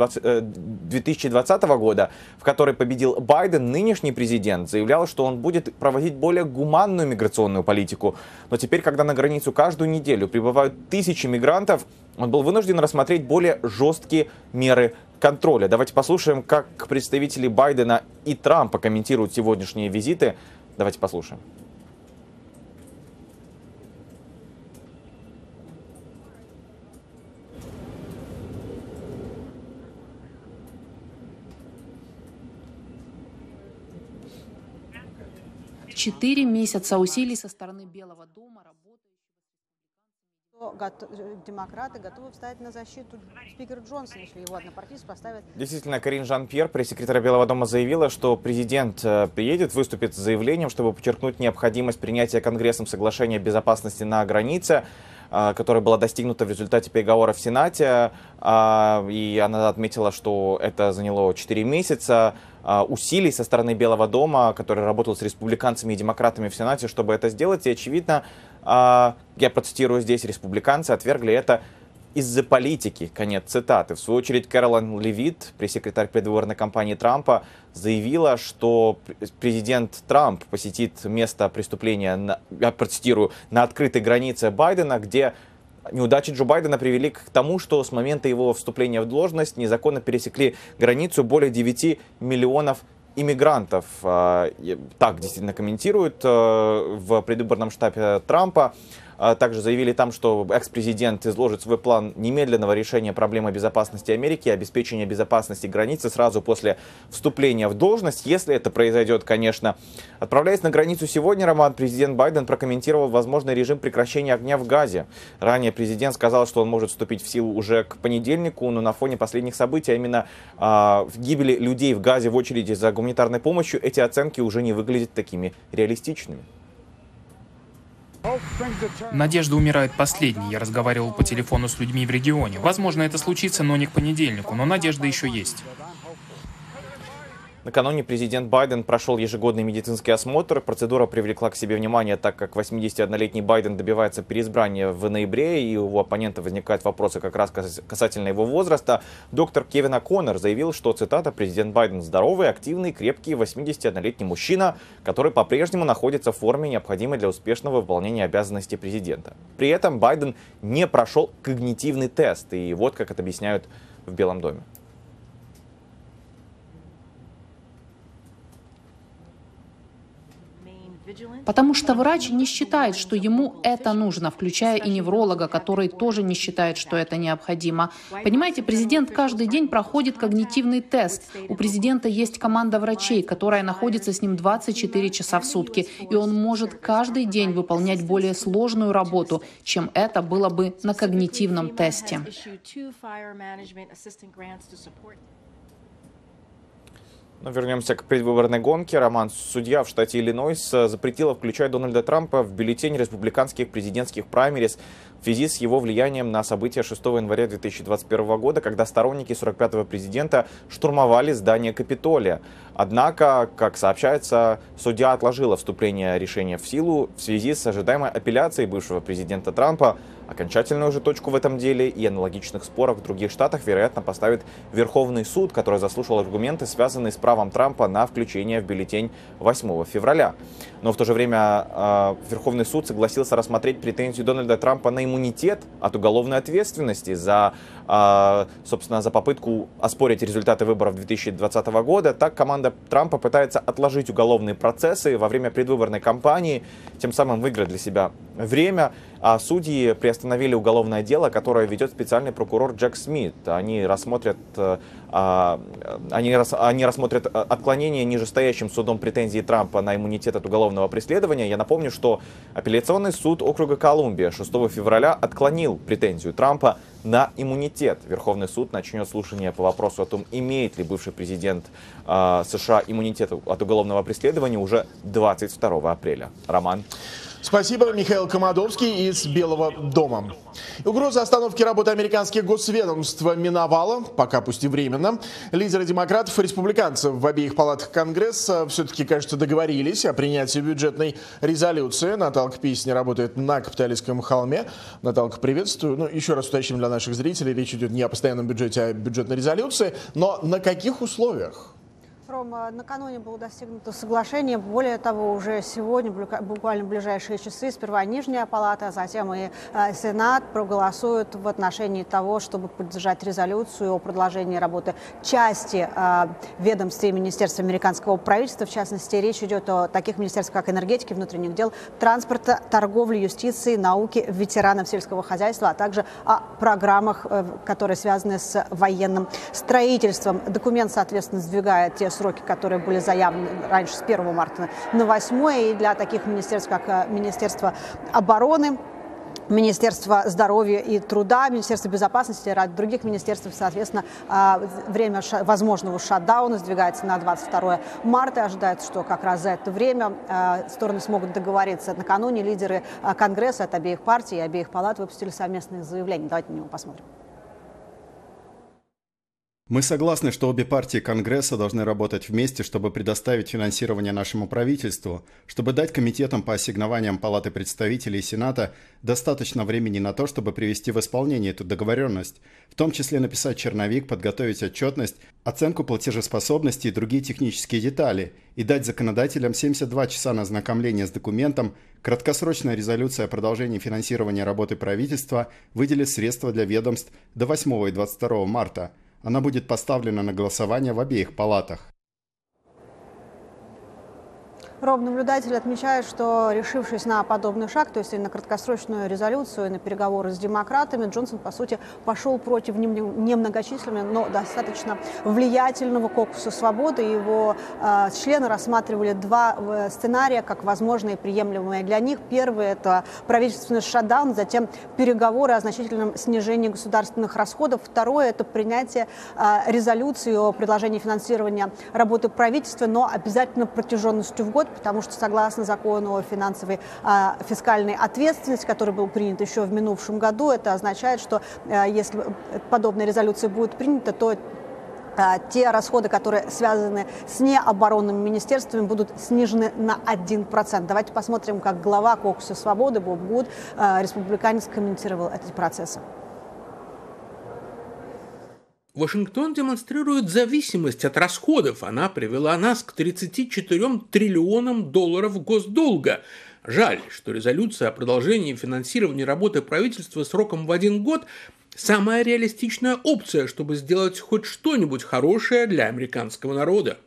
двадцатого года, в которой победил Байден, нынешний президент заявлял, что он будет проводить более гуманную миграционную политику. Но теперь, когда на границу каждую неделю прибывают тысячи мигрантов, он был вынужден рассмотреть более жесткие меры контроля. Давайте послушаем, как представители Байдена и Трампа комментируют сегодняшние визиты. Давайте послушаем. Четыре месяца усилий со стороны Белого дома. Демократы готовы встать на защиту спикера Джонсона, если его однопартийцы поставят. Действительно, Карин Жан-Пьер, пресс-секретарь Белого дома, заявила, что президент приедет, выступит с заявлением, чтобы подчеркнуть необходимость принятия Конгрессом соглашения о безопасности на границе, которая была достигнута в результате переговоров в Сенате. И она отметила, что это заняло четыре месяца усилий со стороны Белого дома, который работал с республиканцами и демократами в Сенате, чтобы это сделать. И, очевидно, я процитирую здесь, республиканцы отвергли это из-за политики. Конец цитаты. В свою очередь, Кэролайн Левит, пресс-секретарь предвыборной кампании Трампа, заявила, что президент Трамп посетит место преступления, на, я процитирую, на открытой границе Байдена, где неудачи Джо Байдена привели к тому, что с момента его вступления в должность незаконно пересекли границу более девяти миллионов иммигрантов. Так действительно комментируют в предвыборном штабе Трампа. Также заявили там, что экс-президент изложит свой план немедленного решения проблемы безопасности Америки и обеспечения безопасности границы сразу после вступления в должность, если это произойдет, конечно. Отправляясь на границу сегодня, Роман, президент Байден прокомментировал возможный режим прекращения огня в Газе. Ранее президент сказал, что он может вступить в силу уже к понедельнику, но на фоне последних событий, а именно э, в гибели людей в Газе в очереди за гуманитарной помощью, эти оценки уже не выглядят такими реалистичными. Надежда умирает последней. Я разговаривал по телефону с людьми в регионе. Возможно, это случится, но не к понедельнику, но надежда еще есть. Накануне президент Байден прошел ежегодный медицинский осмотр. Процедура привлекла к себе внимание, так как восьмидесятиоднолетний Байден добивается переизбрания в ноябре, и у оппонента возникают вопросы как раз касательно его возраста. Доктор Кевин О'Коннор заявил, что, цитата, «президент Байден здоровый, активный, крепкий, восьмидесятиоднолетний мужчина, который по-прежнему находится в форме, необходимой для успешного выполнения обязанностей президента». При этом Байден не прошел когнитивный тест, и вот как это объясняют в Белом доме. Потому что врач не считает, что ему это нужно, включая и невролога, который тоже не считает, что это необходимо. Понимаете, президент каждый день проходит когнитивный тест. У президента есть команда врачей, которая находится с ним двадцать четыре часа в сутки, и он может каждый день выполнять более сложную работу, чем это было бы на когнитивном тесте. Но вернемся к предвыборной гонке. Роман, судья в штате Иллинойс запретила включать Дональда Трампа в бюллетень республиканских президентских праймериз в связи с его влиянием на события шестого января две тысячи двадцать первого года, когда сторонники сорок пятого президента штурмовали здание Капитолия. Однако, как сообщается, судья отложила вступление решения в силу в связи с ожидаемой апелляцией бывшего президента Трампа. Окончательную же точку в этом деле и аналогичных спорах в других штатах, вероятно, поставит Верховный суд, который заслушал аргументы, связанные с правом Трампа на включение в бюллетень восьмого февраля. Но в то же время э, Верховный суд согласился рассмотреть претензию Дональда Трампа на иммунитет от уголовной ответственности за, э, собственно, за попытку оспорить результаты выборов две тысячи двадцатого года. Так команда Трампа пытается отложить уголовные процессы во время предвыборной кампании, тем самым выиграть для себя время. А судьи приостановили уголовное дело, которое ведет специальный прокурор Джек Смит. Они рассмотрят, а, они, рас, они рассмотрят отклонение нижестоящим судом претензий Трампа на иммунитет от уголовного преследования. Я напомню, что апелляционный суд округа Колумбия шестого февраля отклонил претензию Трампа на иммунитет. Верховный суд начнет слушание по вопросу о том, имеет ли бывший президент а, США иммунитет от уголовного преследования уже двадцать второго апреля. Роман. Спасибо. Михаил Комадовский из Белого дома. Угроза остановки работы американских госведомств миновала, пока пусть и временно. Лидеры демократов и республиканцев в обеих палатах Конгресса все-таки, кажется, договорились о принятии бюджетной резолюции. Наталка Писня работает на Капитолийском холме. Наталка, приветствую. Ну, еще раз уточним для наших зрителей, речь идет не о постоянном бюджете, а о бюджетной резолюции. Но на каких условиях? Ром, накануне было достигнуто соглашение. Более того, уже сегодня, буквально в ближайшие часы, сперва Нижняя палата, а затем и Сенат проголосуют в отношении того, чтобы поддержать резолюцию о продолжении работы части ведомств и министерств американского правительства. В частности, речь идет о таких министерствах, как энергетики, внутренних дел, транспорта, торговли, юстиции, науки, ветеранов сельского хозяйства, а также о программах, которые связаны с военным строительством. Документ, соответственно, сдвигает те сроки, которые были заявлены раньше с первого марта на восьмое, и для таких министерств, как Министерство обороны, Министерство здоровья и труда, Министерство безопасности, ряд других министерств, соответственно, время возможного шатдауна сдвигается на двадцать второе марта. Ожидается, что как раз за это время стороны смогут договориться. Накануне лидеры Конгресса от обеих партий и обеих палат выпустили совместные заявления. Давайте на него посмотрим. Мы согласны, что обе партии Конгресса должны работать вместе, чтобы предоставить финансирование нашему правительству, чтобы дать комитетам по ассигнованиям Палаты представителей и Сената достаточно времени на то, чтобы привести в исполнение эту договоренность, в том числе написать черновик, подготовить отчетность, оценку платежеспособности и другие технические детали, и дать законодателям семьдесят два часа на ознакомление с документом. Краткосрочная резолюция о продолжении финансирования работы правительства выделит средства для ведомств до восьмого и двадцать второго марта. Она будет поставлена на голосование в обеих палатах. Ром, наблюдатели отмечают, что, решившись на подобный шаг, то есть на краткосрочную резолюцию, на переговоры с демократами, Джонсон, по сути, пошел против немногочисленного, но достаточно влиятельного кокуса свободы. Его э, члены рассматривали два э, сценария как возможные и приемлемые для них. Первый – это правительственный шатдаун, затем переговоры о значительном снижении государственных расходов. Второе – это принятие э, резолюции о предложении финансирования работы правительства, но обязательно протяженностью в год, потому что, согласно закону о финансовой э, фискальной ответственности, который был принят еще в минувшем году, это означает, что э, если подобная резолюция будет принята, то те расходы, которые связаны с необоронными министерствами, будут снижены на один процент. Давайте посмотрим, как глава кокуса свободы Боб Гуд, э, республиканец, комментировал эти процессы. Вашингтон демонстрирует зависимость от расходов. Она привела нас к тридцати четырём триллионам долларов госдолга. Жаль, что резолюция о продолжении финансирования работы правительства сроком в один год – самая реалистичная опция, чтобы сделать хоть что-нибудь хорошее для американского народа.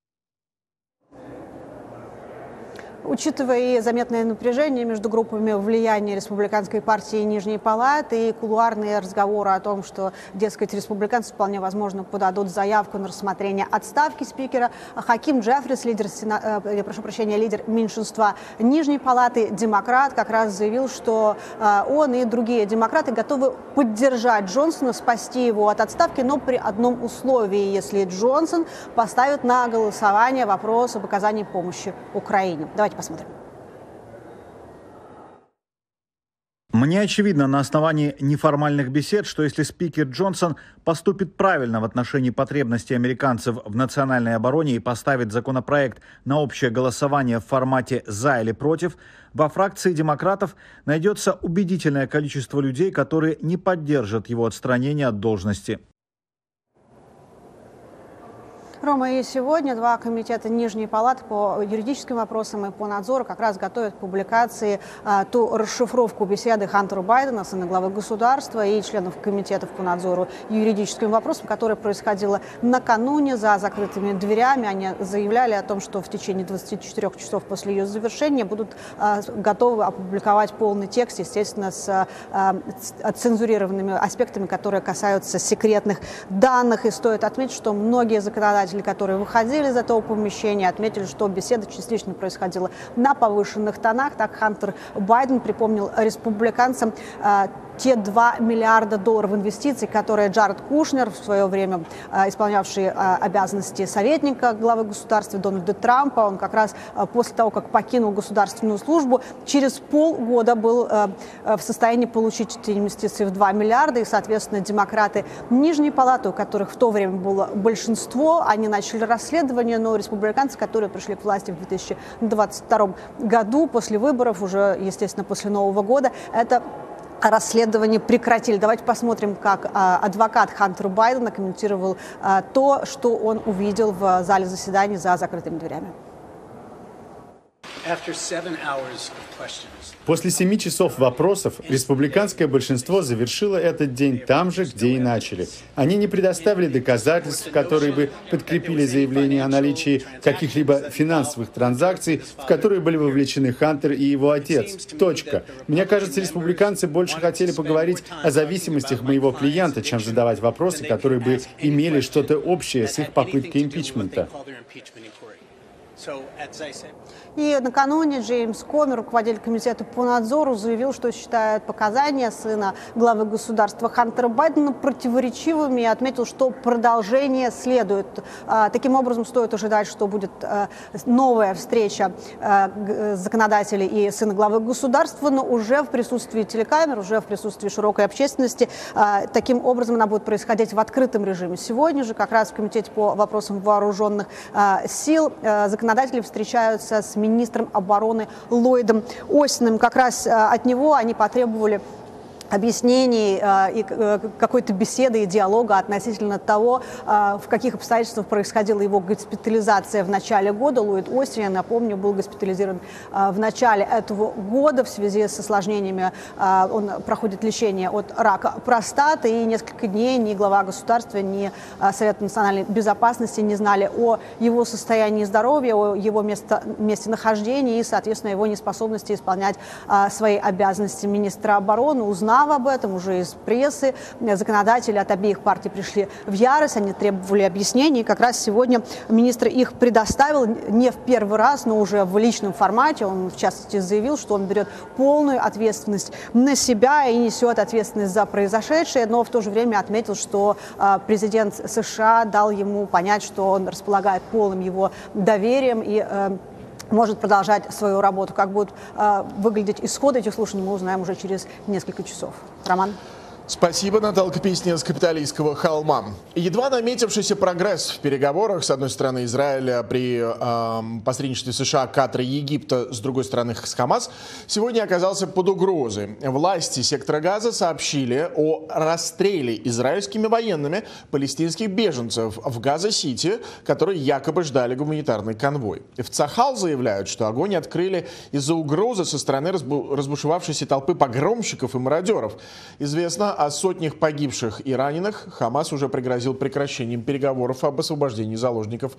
Учитывая и заметное напряжение между группами влияния республиканской партии и Нижней палаты, и кулуарные разговоры о том, что, дескать, республиканцы вполне возможно подадут заявку на рассмотрение отставки спикера, Хаким Джеффрис, лидер, сена... э, я прошу прощения, лидер меньшинства Нижней палаты, демократ, как раз заявил, что э, он и другие демократы готовы поддержать Джонсона, спасти его от отставки, но при одном условии, если Джонсон поставит на голосование вопрос об оказании помощи Украине. Давайте посмотрим. Мне очевидно на основании неформальных бесед, что если спикер Джонсон поступит правильно в отношении потребностей американцев в национальной обороне и поставит законопроект на общее голосование в формате «за» или «против», во фракции демократов найдется убедительное количество людей, которые не поддержат его отстранение от должности. Рома, и сегодня два комитета Нижней палаты по юридическим вопросам и по надзору как раз готовят к публикации а, ту расшифровку беседы Хантера Байдена, сына главы государства, и членов комитетов по надзору юридическим вопросам, которая происходила накануне за закрытыми дверями. Они заявляли о том, что в течение двадцати четырёх часов после ее завершения будут а, готовы опубликовать полный текст, естественно, с а, цензурированными аспектами, которые касаются секретных данных. И стоит отметить, что многие законодатели, которые выходили из этого помещения, отметили, что беседа частично происходила на повышенных тонах. Так Хантер Байден припомнил республиканцам э, те два миллиарда долларов инвестиций, которые Джаред Кушнер, в свое время э, исполнявший э, обязанности советника главы государства Дональда Трампа, он как раз э, после того, как покинул государственную службу, через полгода был э, в состоянии получить эти инвестиции в два миллиарда. И, соответственно, демократы Нижней палаты, у которых в то время было большинство, они начали расследование, но республиканцы, которые пришли к власти в две тысячи двадцать втором году, после выборов, уже, естественно, после Нового года, это расследование прекратили. Давайте посмотрим, как а, адвокат Хантера Байдена комментировал а, то, что он увидел в зале заседаний за закрытыми дверями. После семи часов вопросов республиканское большинство завершило этот день там же, где и начали. Они не предоставили доказательств, которые бы подкрепили заявление о наличии каких-либо финансовых транзакций, в которые были вовлечены Хантер и его отец. Точка. Мне кажется, республиканцы больше хотели поговорить о зависимостях моего клиента, чем задавать вопросы, которые бы имели что-то общее с их попыткой импичмента. И накануне Джеймс Коми, руководитель комитета по надзору, заявил, что считает показания сына главы государства Хантера Байдена противоречивыми, и отметил, что продолжение следует. Таким образом, стоит ожидать, что будет новая встреча законодателей и сына главы государства, но уже в присутствии телекамер, уже в присутствии широкой общественности. Таким образом, она будет происходить в открытом режиме. Сегодня же как раз в комитете по вопросам вооруженных сил законодатели встречаются с министром обороны Ллойдом Остином. Как раз от него они потребовали объяснений э, и э, какой-то беседы и диалога относительно того, э, в каких обстоятельствах происходила его госпитализация в начале года. Ллойд Остин, я напомню, был госпитализирован э, в начале этого года в связи с осложнениями. Э, он проходит лечение от рака простаты, и несколько дней ни глава государства, ни э, Совет национальной безопасности не знали о его состоянии здоровья, о его место, местонахождении и, соответственно, его неспособности исполнять э, свои обязанности министра обороны. Узнав об этом уже из прессы, законодатели от обеих партий пришли в ярость, они требовали объяснений. Как раз сегодня министр их предоставил не в первый раз, но уже в личном формате. Он, в частности, заявил, что он берет полную ответственность на себя и несет ответственность за произошедшее, но в то же время отметил, что э, президент США дал ему понять, что он располагает полным его доверием и э, может продолжать свою работу. Как будут э, выглядеть исходы этих слушаний, мы узнаем уже через несколько часов. Роман. Спасибо, Наталка Песня с Капитолийского холма. Едва наметившийся прогресс в переговорах, с одной стороны, Израиля при э, посредничестве США, Катара и Египта, с другой стороны, с Хамас, сегодня оказался под угрозой. Власти сектора Газа сообщили о расстреле израильскими военными палестинских беженцев в Газа-Сити, которые якобы ждали гуманитарный конвой. В Цахал заявляют, что огонь открыли из-за угрозы со стороны разбушевавшейся толпы погромщиков и мародеров. Известно о сотнях погибших и раненых. Хамас уже пригрозил прекращением переговоров об освобождении заложников.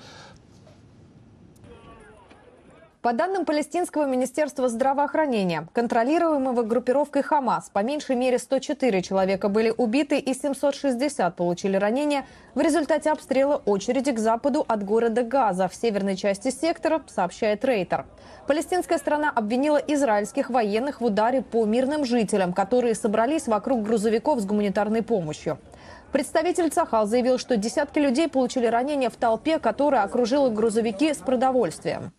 По данным палестинского министерства здравоохранения, контролируемого группировкой Хамас, по меньшей мере сто четыре человека были убиты и семьсот шестьдесят получили ранения в результате обстрела очереди к западу от города Газа в северной части сектора, сообщает Рейтер. Палестинская сторона обвинила израильских военных в ударе по мирным жителям, которые собрались вокруг грузовиков с гуманитарной помощью. Представитель Цахал заявил, что десятки людей получили ранения в толпе, которая окружила грузовики с продовольствием.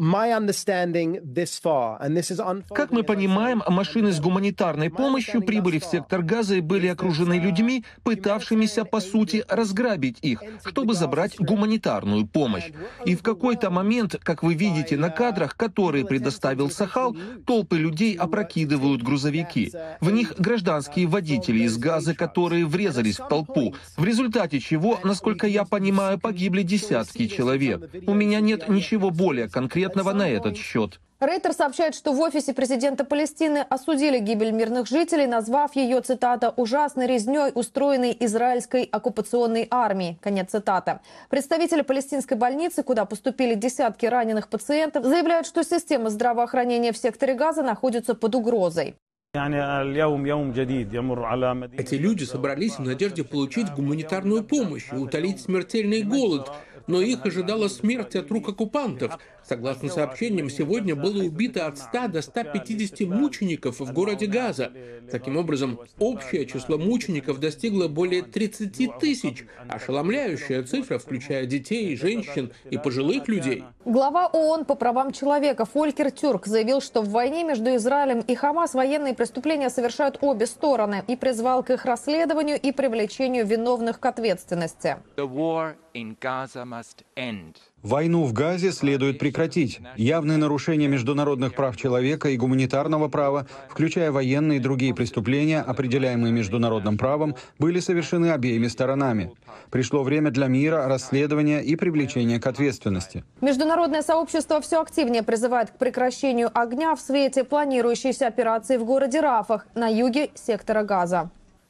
Как мы понимаем, машины с гуманитарной помощью прибыли в сектор Газа и были окружены людьми, пытавшимися, по сути, разграбить их, чтобы забрать гуманитарную помощь. И в какой-то момент, как вы видите на кадрах, которые предоставил Цахал, толпы людей опрокидывают грузовики. В них гражданские водители из Газы, которые врезались в толпу, в результате чего, насколько я понимаю, погибли десятки человек. У меня нет ничего более конкретного на этот счет. Рейтер сообщает, что в офисе президента Палестины осудили гибель мирных жителей, назвав ее, цитата, «ужасной резней, устроенной израильской оккупационной армией». Конец цитаты. Представители палестинской больницы, куда поступили десятки раненых пациентов, заявляют, что система здравоохранения в секторе Газа находится под угрозой. Эти люди собрались в надежде получить гуманитарную помощь и утолить смертельный голод, но их ожидала смерть от рук оккупантов. Согласно сообщениям, сегодня было убито от ста до ста пятидесяти мучеников в городе Газа. Таким образом, общее число мучеников достигло более тридцати тысяч. Ошеломляющая цифра, включая детей, женщин и пожилых людей. Глава ООН по правам человека Фолькер Тюрк заявил, что в войне между Израилем и Хамас военные преступления совершают обе стороны, и призвал к их расследованию и привлечению виновных к ответственности. Войну в Газе следует прекратить. Явные нарушения международных прав человека и гуманитарного права, включая военные и другие преступления, определяемые международным правом, были совершены обеими сторонами. Пришло время для мира, расследования и привлечения к ответственности. Международное сообщество все активнее призывает к прекращению огня в свете планирующейся операции в городе Рафах на юге сектора Газа.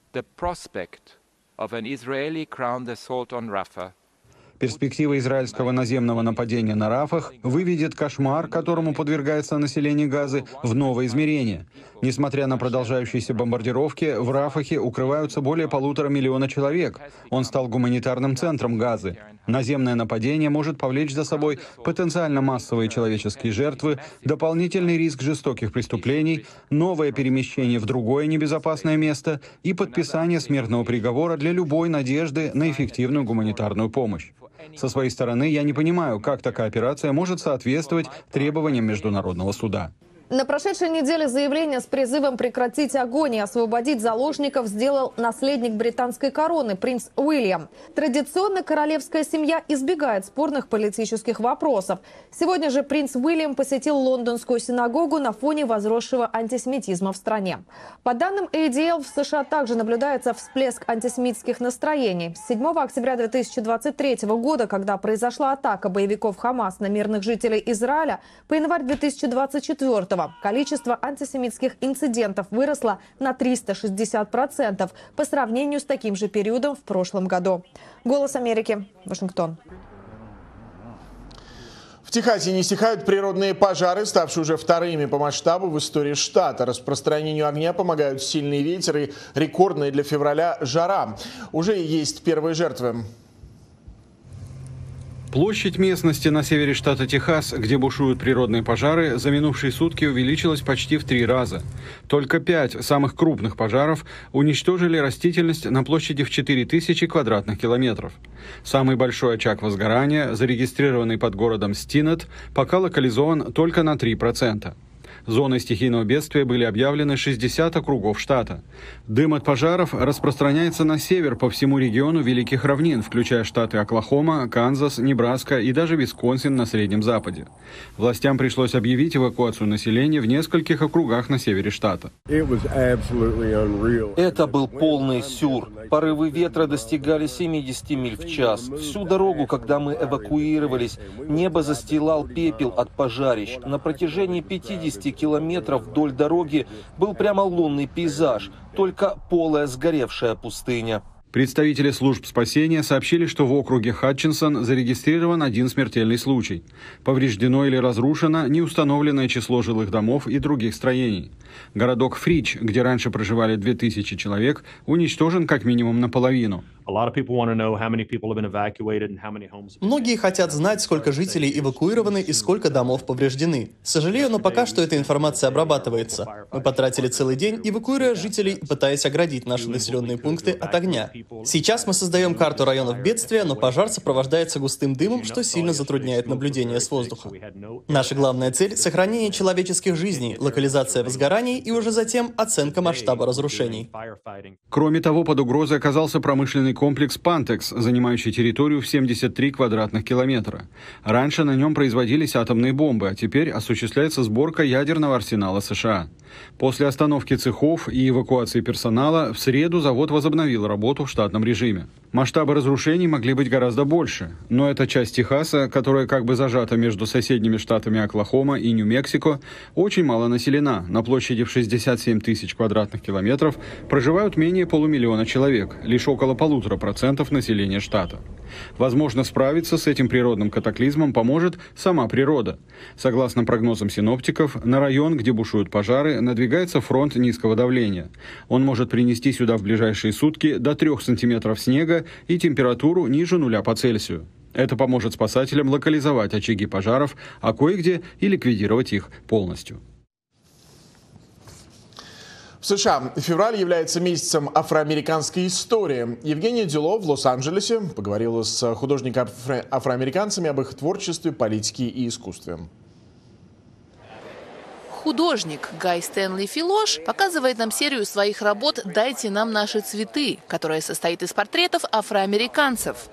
Перспектива израильского наземного нападения на Рафах выведет кошмар, которому подвергается население Газы, в новое измерение. Несмотря на продолжающиеся бомбардировки, в Рафахе укрываются более полутора миллиона человек. Он стал гуманитарным центром Газы. Наземное нападение может повлечь за собой потенциально массовые человеческие жертвы, дополнительный риск жестоких преступлений, новое перемещение в другое небезопасное место и подписание смертного приговора для любой надежды на эффективную гуманитарную помощь. Со своей стороны, я не понимаю, как такая операция может соответствовать требованиям Международного суда. На прошедшей неделе заявление с призывом прекратить огонь и освободить заложников сделал наследник британской короны принц Уильям. Традиционно королевская семья избегает спорных политических вопросов. Сегодня же принц Уильям посетил лондонскую синагогу на фоне возросшего антисемитизма в стране. По данным эй ди эл, в США также наблюдается всплеск антисемитских настроений. С седьмого октября две тысячи двадцать третьего года, когда произошла атака боевиков Хамас на мирных жителей Израиля, по январь две тысячи двадцать четвёртого количество антисемитских инцидентов выросло на триста шестьдесят процентов по сравнению с таким же периодом в прошлом году. «Голос Америки», Вашингтон. В Техасе не стихают природные пожары, ставшие уже вторыми по масштабу в истории штата. Распространению огня помогают сильный ветер и рекордная для февраля жара. Уже есть первые жертвы. Площадь местности на севере штата Техас, где бушуют природные пожары, за минувшие сутки увеличилась почти в три раза. Только пять самых крупных пожаров уничтожили растительность на площади в четыре тысячи квадратных километров. Самый большой очаг возгорания, зарегистрированный под городом Стинет, пока локализован только на три процента. Зоной стихийного бедствия были объявлены шестьдесят округов штата. Дым от пожаров распространяется на север по всему региону Великих Равнин, включая штаты Оклахома, Канзас, Небраска и даже Висконсин на Среднем Западе. Властям пришлось объявить эвакуацию населения в нескольких округах на севере штата. Это был полный сюр. Порывы ветра достигали семидесяти миль в час. Всю дорогу, когда мы эвакуировались, небо застилал пепел от пожарищ. На протяжении пятидесяти километров вдоль дороги был прямо лунный пейзаж, только полая сгоревшая пустыня. Представители служб спасения сообщили, что в округе Хатчинсон зарегистрирован один смертельный случай. Повреждено или разрушено неустановленное число жилых домов и других строений. Городок Фрич, где раньше проживали две тысячи человек, уничтожен как минимум наполовину. Многие хотят знать, сколько жителей эвакуированы и сколько домов повреждены. Сожалею, но пока что эта информация обрабатывается. Мы потратили целый день, эвакуируя жителей и пытаясь оградить наши населенные пункты от огня. Сейчас мы создаем карту районов бедствия, но пожар сопровождается густым дымом, что сильно затрудняет наблюдение с воздуха. Наша главная цель — сохранение человеческих жизней, локализация возгораний и уже затем оценка масштаба разрушений. Кроме того, под угрозой оказался промышленный комплекс «Пантекс», занимающий территорию в семьдесят три квадратных километра. Раньше на нем производились атомные бомбы, а теперь осуществляется сборка ядерного арсенала США. После остановки цехов и эвакуации персонала в среду завод возобновил работу в штатном режиме. Масштабы разрушений могли быть гораздо больше, но эта часть Техаса, которая как бы зажата между соседними штатами Оклахома и Нью-Мексико, очень мало населена. На площади в шестьдесят семь тысяч квадратных километров проживают менее полумиллиона человек, лишь около полутора процентов населения штата. Возможно, справиться с этим природным катаклизмом поможет сама природа. Согласно прогнозам синоптиков, на район, где бушуют пожары, надвигается фронт низкого давления. Он может принести сюда в ближайшие сутки до трёх сантиметров снега и температуру ниже нуля по Цельсию. Это поможет спасателям локализовать очаги пожаров, а кое-где и ликвидировать их полностью. В США февраль является месяцем афроамериканской истории. Евгения Дюло в Лос-Анджелесе поговорила с художниками-афроамериканцами об их творчестве, политике и искусстве. Художник Гай Стэнли Филош показывает нам серию своих работ «Дайте нам наши цветы», которая состоит из портретов афроамериканцев.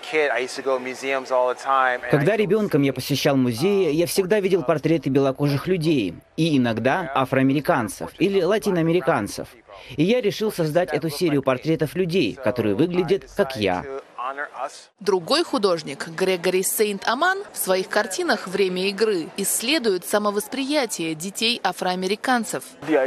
Когда ребенком я посещал музеи, я всегда видел портреты белокожих людей, и иногда афроамериканцев или латиноамериканцев. И я решил создать эту серию портретов людей, которые выглядят как я. Другой художник, Грегори Сейнт-Аман, в своих картинах «Время игры» исследует самовосприятие детей афроамериканцев.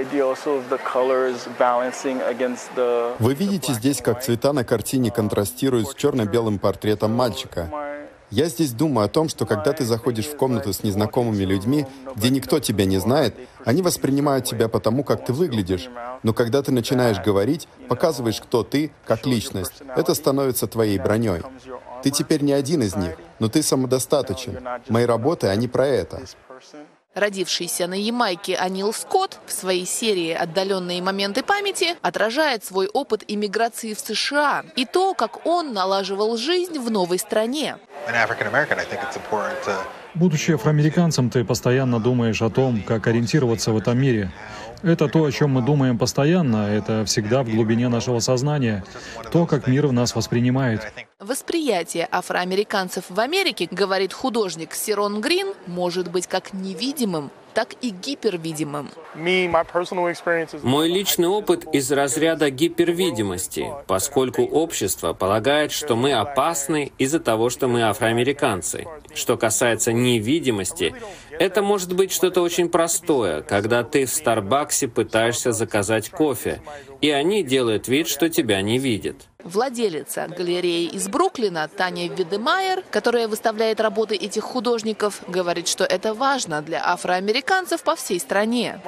Вы видите здесь, как цвета на картине контрастируют с черно-белым портретом мальчика. Я здесь думаю о том, что когда ты заходишь в комнату с незнакомыми людьми, где никто тебя не знает, они воспринимают тебя по тому, как ты выглядишь. Но когда ты начинаешь говорить, показываешь, кто ты, как личность, это становится твоей броней. Ты теперь не один из них, но ты самодостаточен. Мои работы, они про это. Родившийся на Ямайке Анил Скотт в своей серии «Отдаленные моменты памяти» отражает свой опыт иммиграции в США и то, как он налаживал жизнь в новой стране. Будучи афроамериканцем, ты постоянно думаешь о том, как ориентироваться в этом мире. Это то, о чем мы думаем постоянно, это всегда в глубине нашего сознания, то, как мир нас воспринимает. Восприятие афроамериканцев в Америке, говорит художник Сирон Грин, может быть как невидимым, так и гипервидимым. Мой личный опыт из разряда гипервидимости, поскольку общество полагает, что мы опасны из-за того, что мы афроамериканцы. Что касается невидимости, это может быть что-то очень простое, когда ты в Старбаксе пытаешься заказать кофе, и они делают вид, что тебя не видят. Владелица галереи из Бруклина Таня Видемайер, которая выставляет работы этих художников, говорит, что это важно для афроамериканцев по всей стране.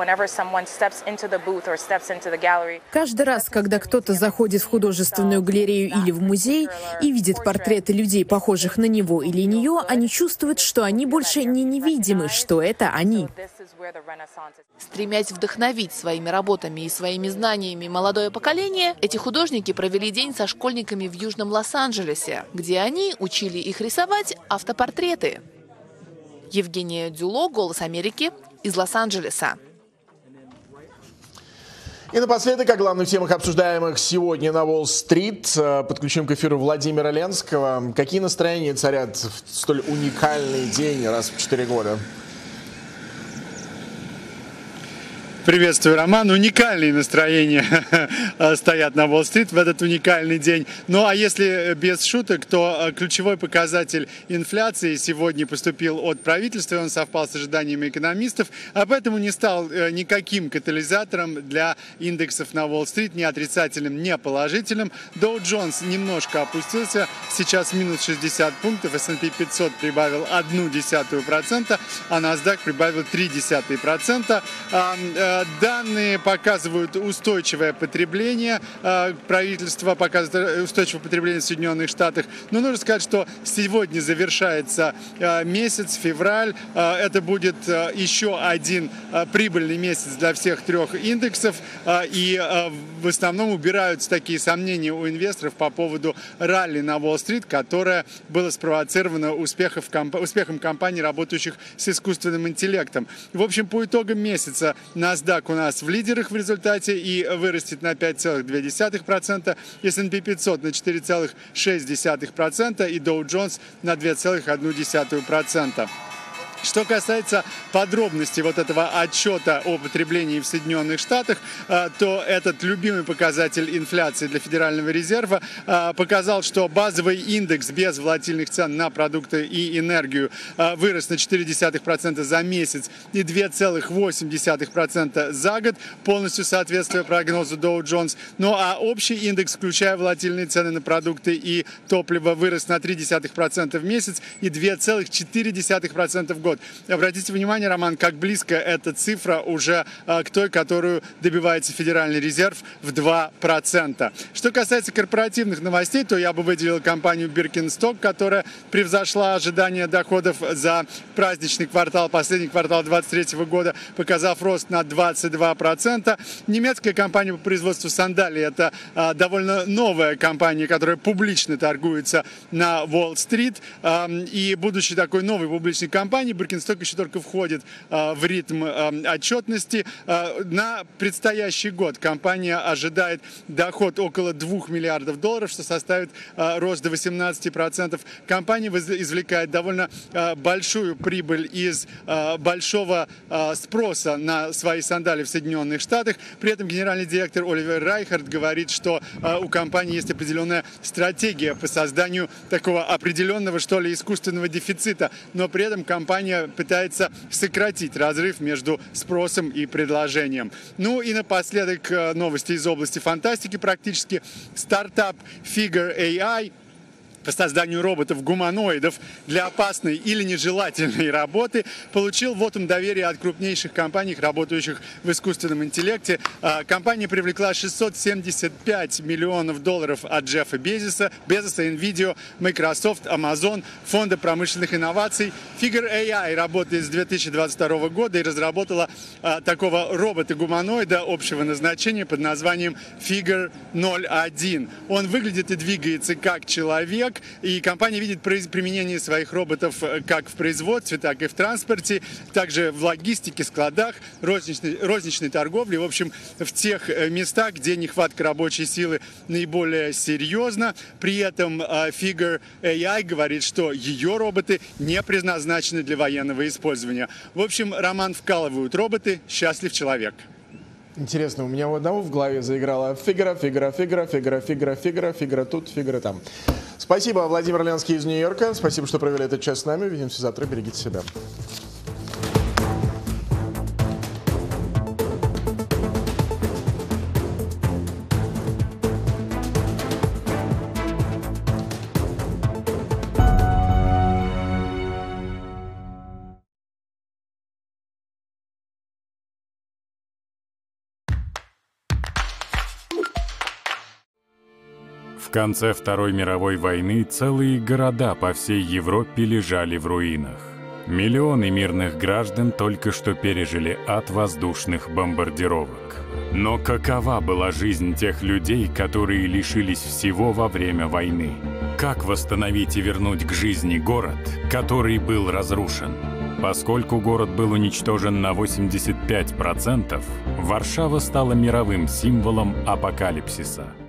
Каждый раз, когда кто-то заходит в художественную галерею или в музей и видит портреты людей, похожих на него или нее, они чувствуют, что они больше не невидимы, что это они. Стремясь вдохновить своими работами и своими знаниями молодое поколение, эти художники провели день со школьниками в Южном Лос-Анджелесе, где они учили их рисовать автопортреты. Евгения Дюло, «Голос Америки», из Лос-Анджелеса. И напоследок, о главных темах, обсуждаемых сегодня на Уолл-стрит, подключим к эфиру Владимира Ленского. Какие настроения царят в столь уникальный день раз в четыре года? Приветствую, Роман. Уникальные настроения стоят на Уолл-стрит в этот уникальный день. Ну а если без шуток, то ключевой показатель инфляции сегодня поступил от правительства, и он совпал с ожиданиями экономистов, а поэтому не стал никаким катализатором для индексов на Уолл-стрит, ни отрицательным, ни положительным. Доу Джонс немножко опустился, сейчас минус шестьдесят пунктов, эс энд пи пятьсот прибавил одну десятую процента, а NASDAQ прибавил три десятых процента. Данные показывают устойчивое потребление. Правительство показывает устойчивое потребление в Соединенных Штатах. Но нужно сказать, что сегодня завершается месяц, февраль. Это будет еще один прибыльный месяц для всех трех индексов. И в основном убираются такие сомнения у инвесторов по поводу ралли на Уолл-стрит, которое было спровоцировано успехом, успехом компаний, работающих с искусственным интеллектом. В общем, по итогам месяца NASDAQ у нас в лидерах в результате и вырастет на пять целых две десятых процента, эс энд пи пятьсот на четыре целых шесть десятых процента и Dow Jones на две целых одну десятую процента. Что касается подробностей вот этого отчета о потреблении в Соединенных Штатах, то этот любимый показатель инфляции для Федерального резерва показал, что базовый индекс без волатильных цен на продукты и энергию вырос на четыре десятых процента за месяц и две целых восемь десятых процента за год, полностью соответствуя прогнозу Dow Jones. Ну а общий индекс, включая волатильные цены на продукты и топливо, вырос на три десятых процента в месяц и две целых четыре десятых процента в год. Обратите внимание, Роман, как близко эта цифра уже э, к той, которую добивается Федеральный резерв в два процента. Что касается корпоративных новостей, то я бы выделил компанию Birkenstock, которая превзошла ожидания доходов за праздничный квартал, последний квартал две тысячи двадцать третьего года, показав рост на двадцать два процента. Немецкая компания по производству сандалий – это э, довольно новая компания, которая публично торгуется на Уолл-стрит. Э, и будучи такой новой публичной компанией, Birkenstock еще только входит э, в ритм э, отчетности. Э, на предстоящий год компания ожидает доход около двух миллиардов долларов, что составит э, рост до восемнадцати процентов. Компания извлекает довольно э, большую прибыль из э, большого э, спроса на свои сандалии в Соединенных Штатах. При этом генеральный директор Оливер Райхард говорит, что э, у компании есть определенная стратегия по созданию такого определенного, что ли, искусственного дефицита, но при этом компания пытается сократить разрыв между спросом и предложением. Ну и напоследок новости из области фантастики практически. Стартап Figure эй ай по созданию роботов-гуманоидов для опасной или нежелательной работы получил вотум доверия от крупнейших компаний, работающих в искусственном интеллекте. Компания привлекла шестьсот семьдесят пять миллионов долларов от Джеффа Безоса, Безоса, Nvidia, Microsoft, Amazon, Фонда промышленных инноваций. Figure эй ай работает с две тысячи двадцать второго года и разработала такого робота-гуманоида общего назначения под названием Figure ноль один. Он выглядит и двигается как человек, рынок, и компания видит применение своих роботов как в производстве, так и в транспорте, также в логистике, складах, розничной, розничной торговле, в общем, в тех местах, где нехватка рабочей силы наиболее серьезна. При этом Figure эй ай говорит, что ее роботы не предназначены для военного использования. В общем, роман вкалывают роботы, счастлив человек. Интересно, у меня у одного в голове заиграла фигура, фигура, фигура, фигура, фигура, фигура, фигура тут, фигура там. Спасибо, Владимир Ленский из Нью-Йорка. Спасибо, что провели этот час с нами. Увидимся завтра. Берегите себя. В конце Второй мировой войны целые города по всей Европе лежали в руинах. Миллионы мирных граждан только что пережили ад воздушных бомбардировок. Но какова была жизнь тех людей, которые лишились всего во время войны? Как восстановить и вернуть к жизни город, который был разрушен? Поскольку город был уничтожен на восемьдесят пять процентов, Варшава стала мировым символом апокалипсиса.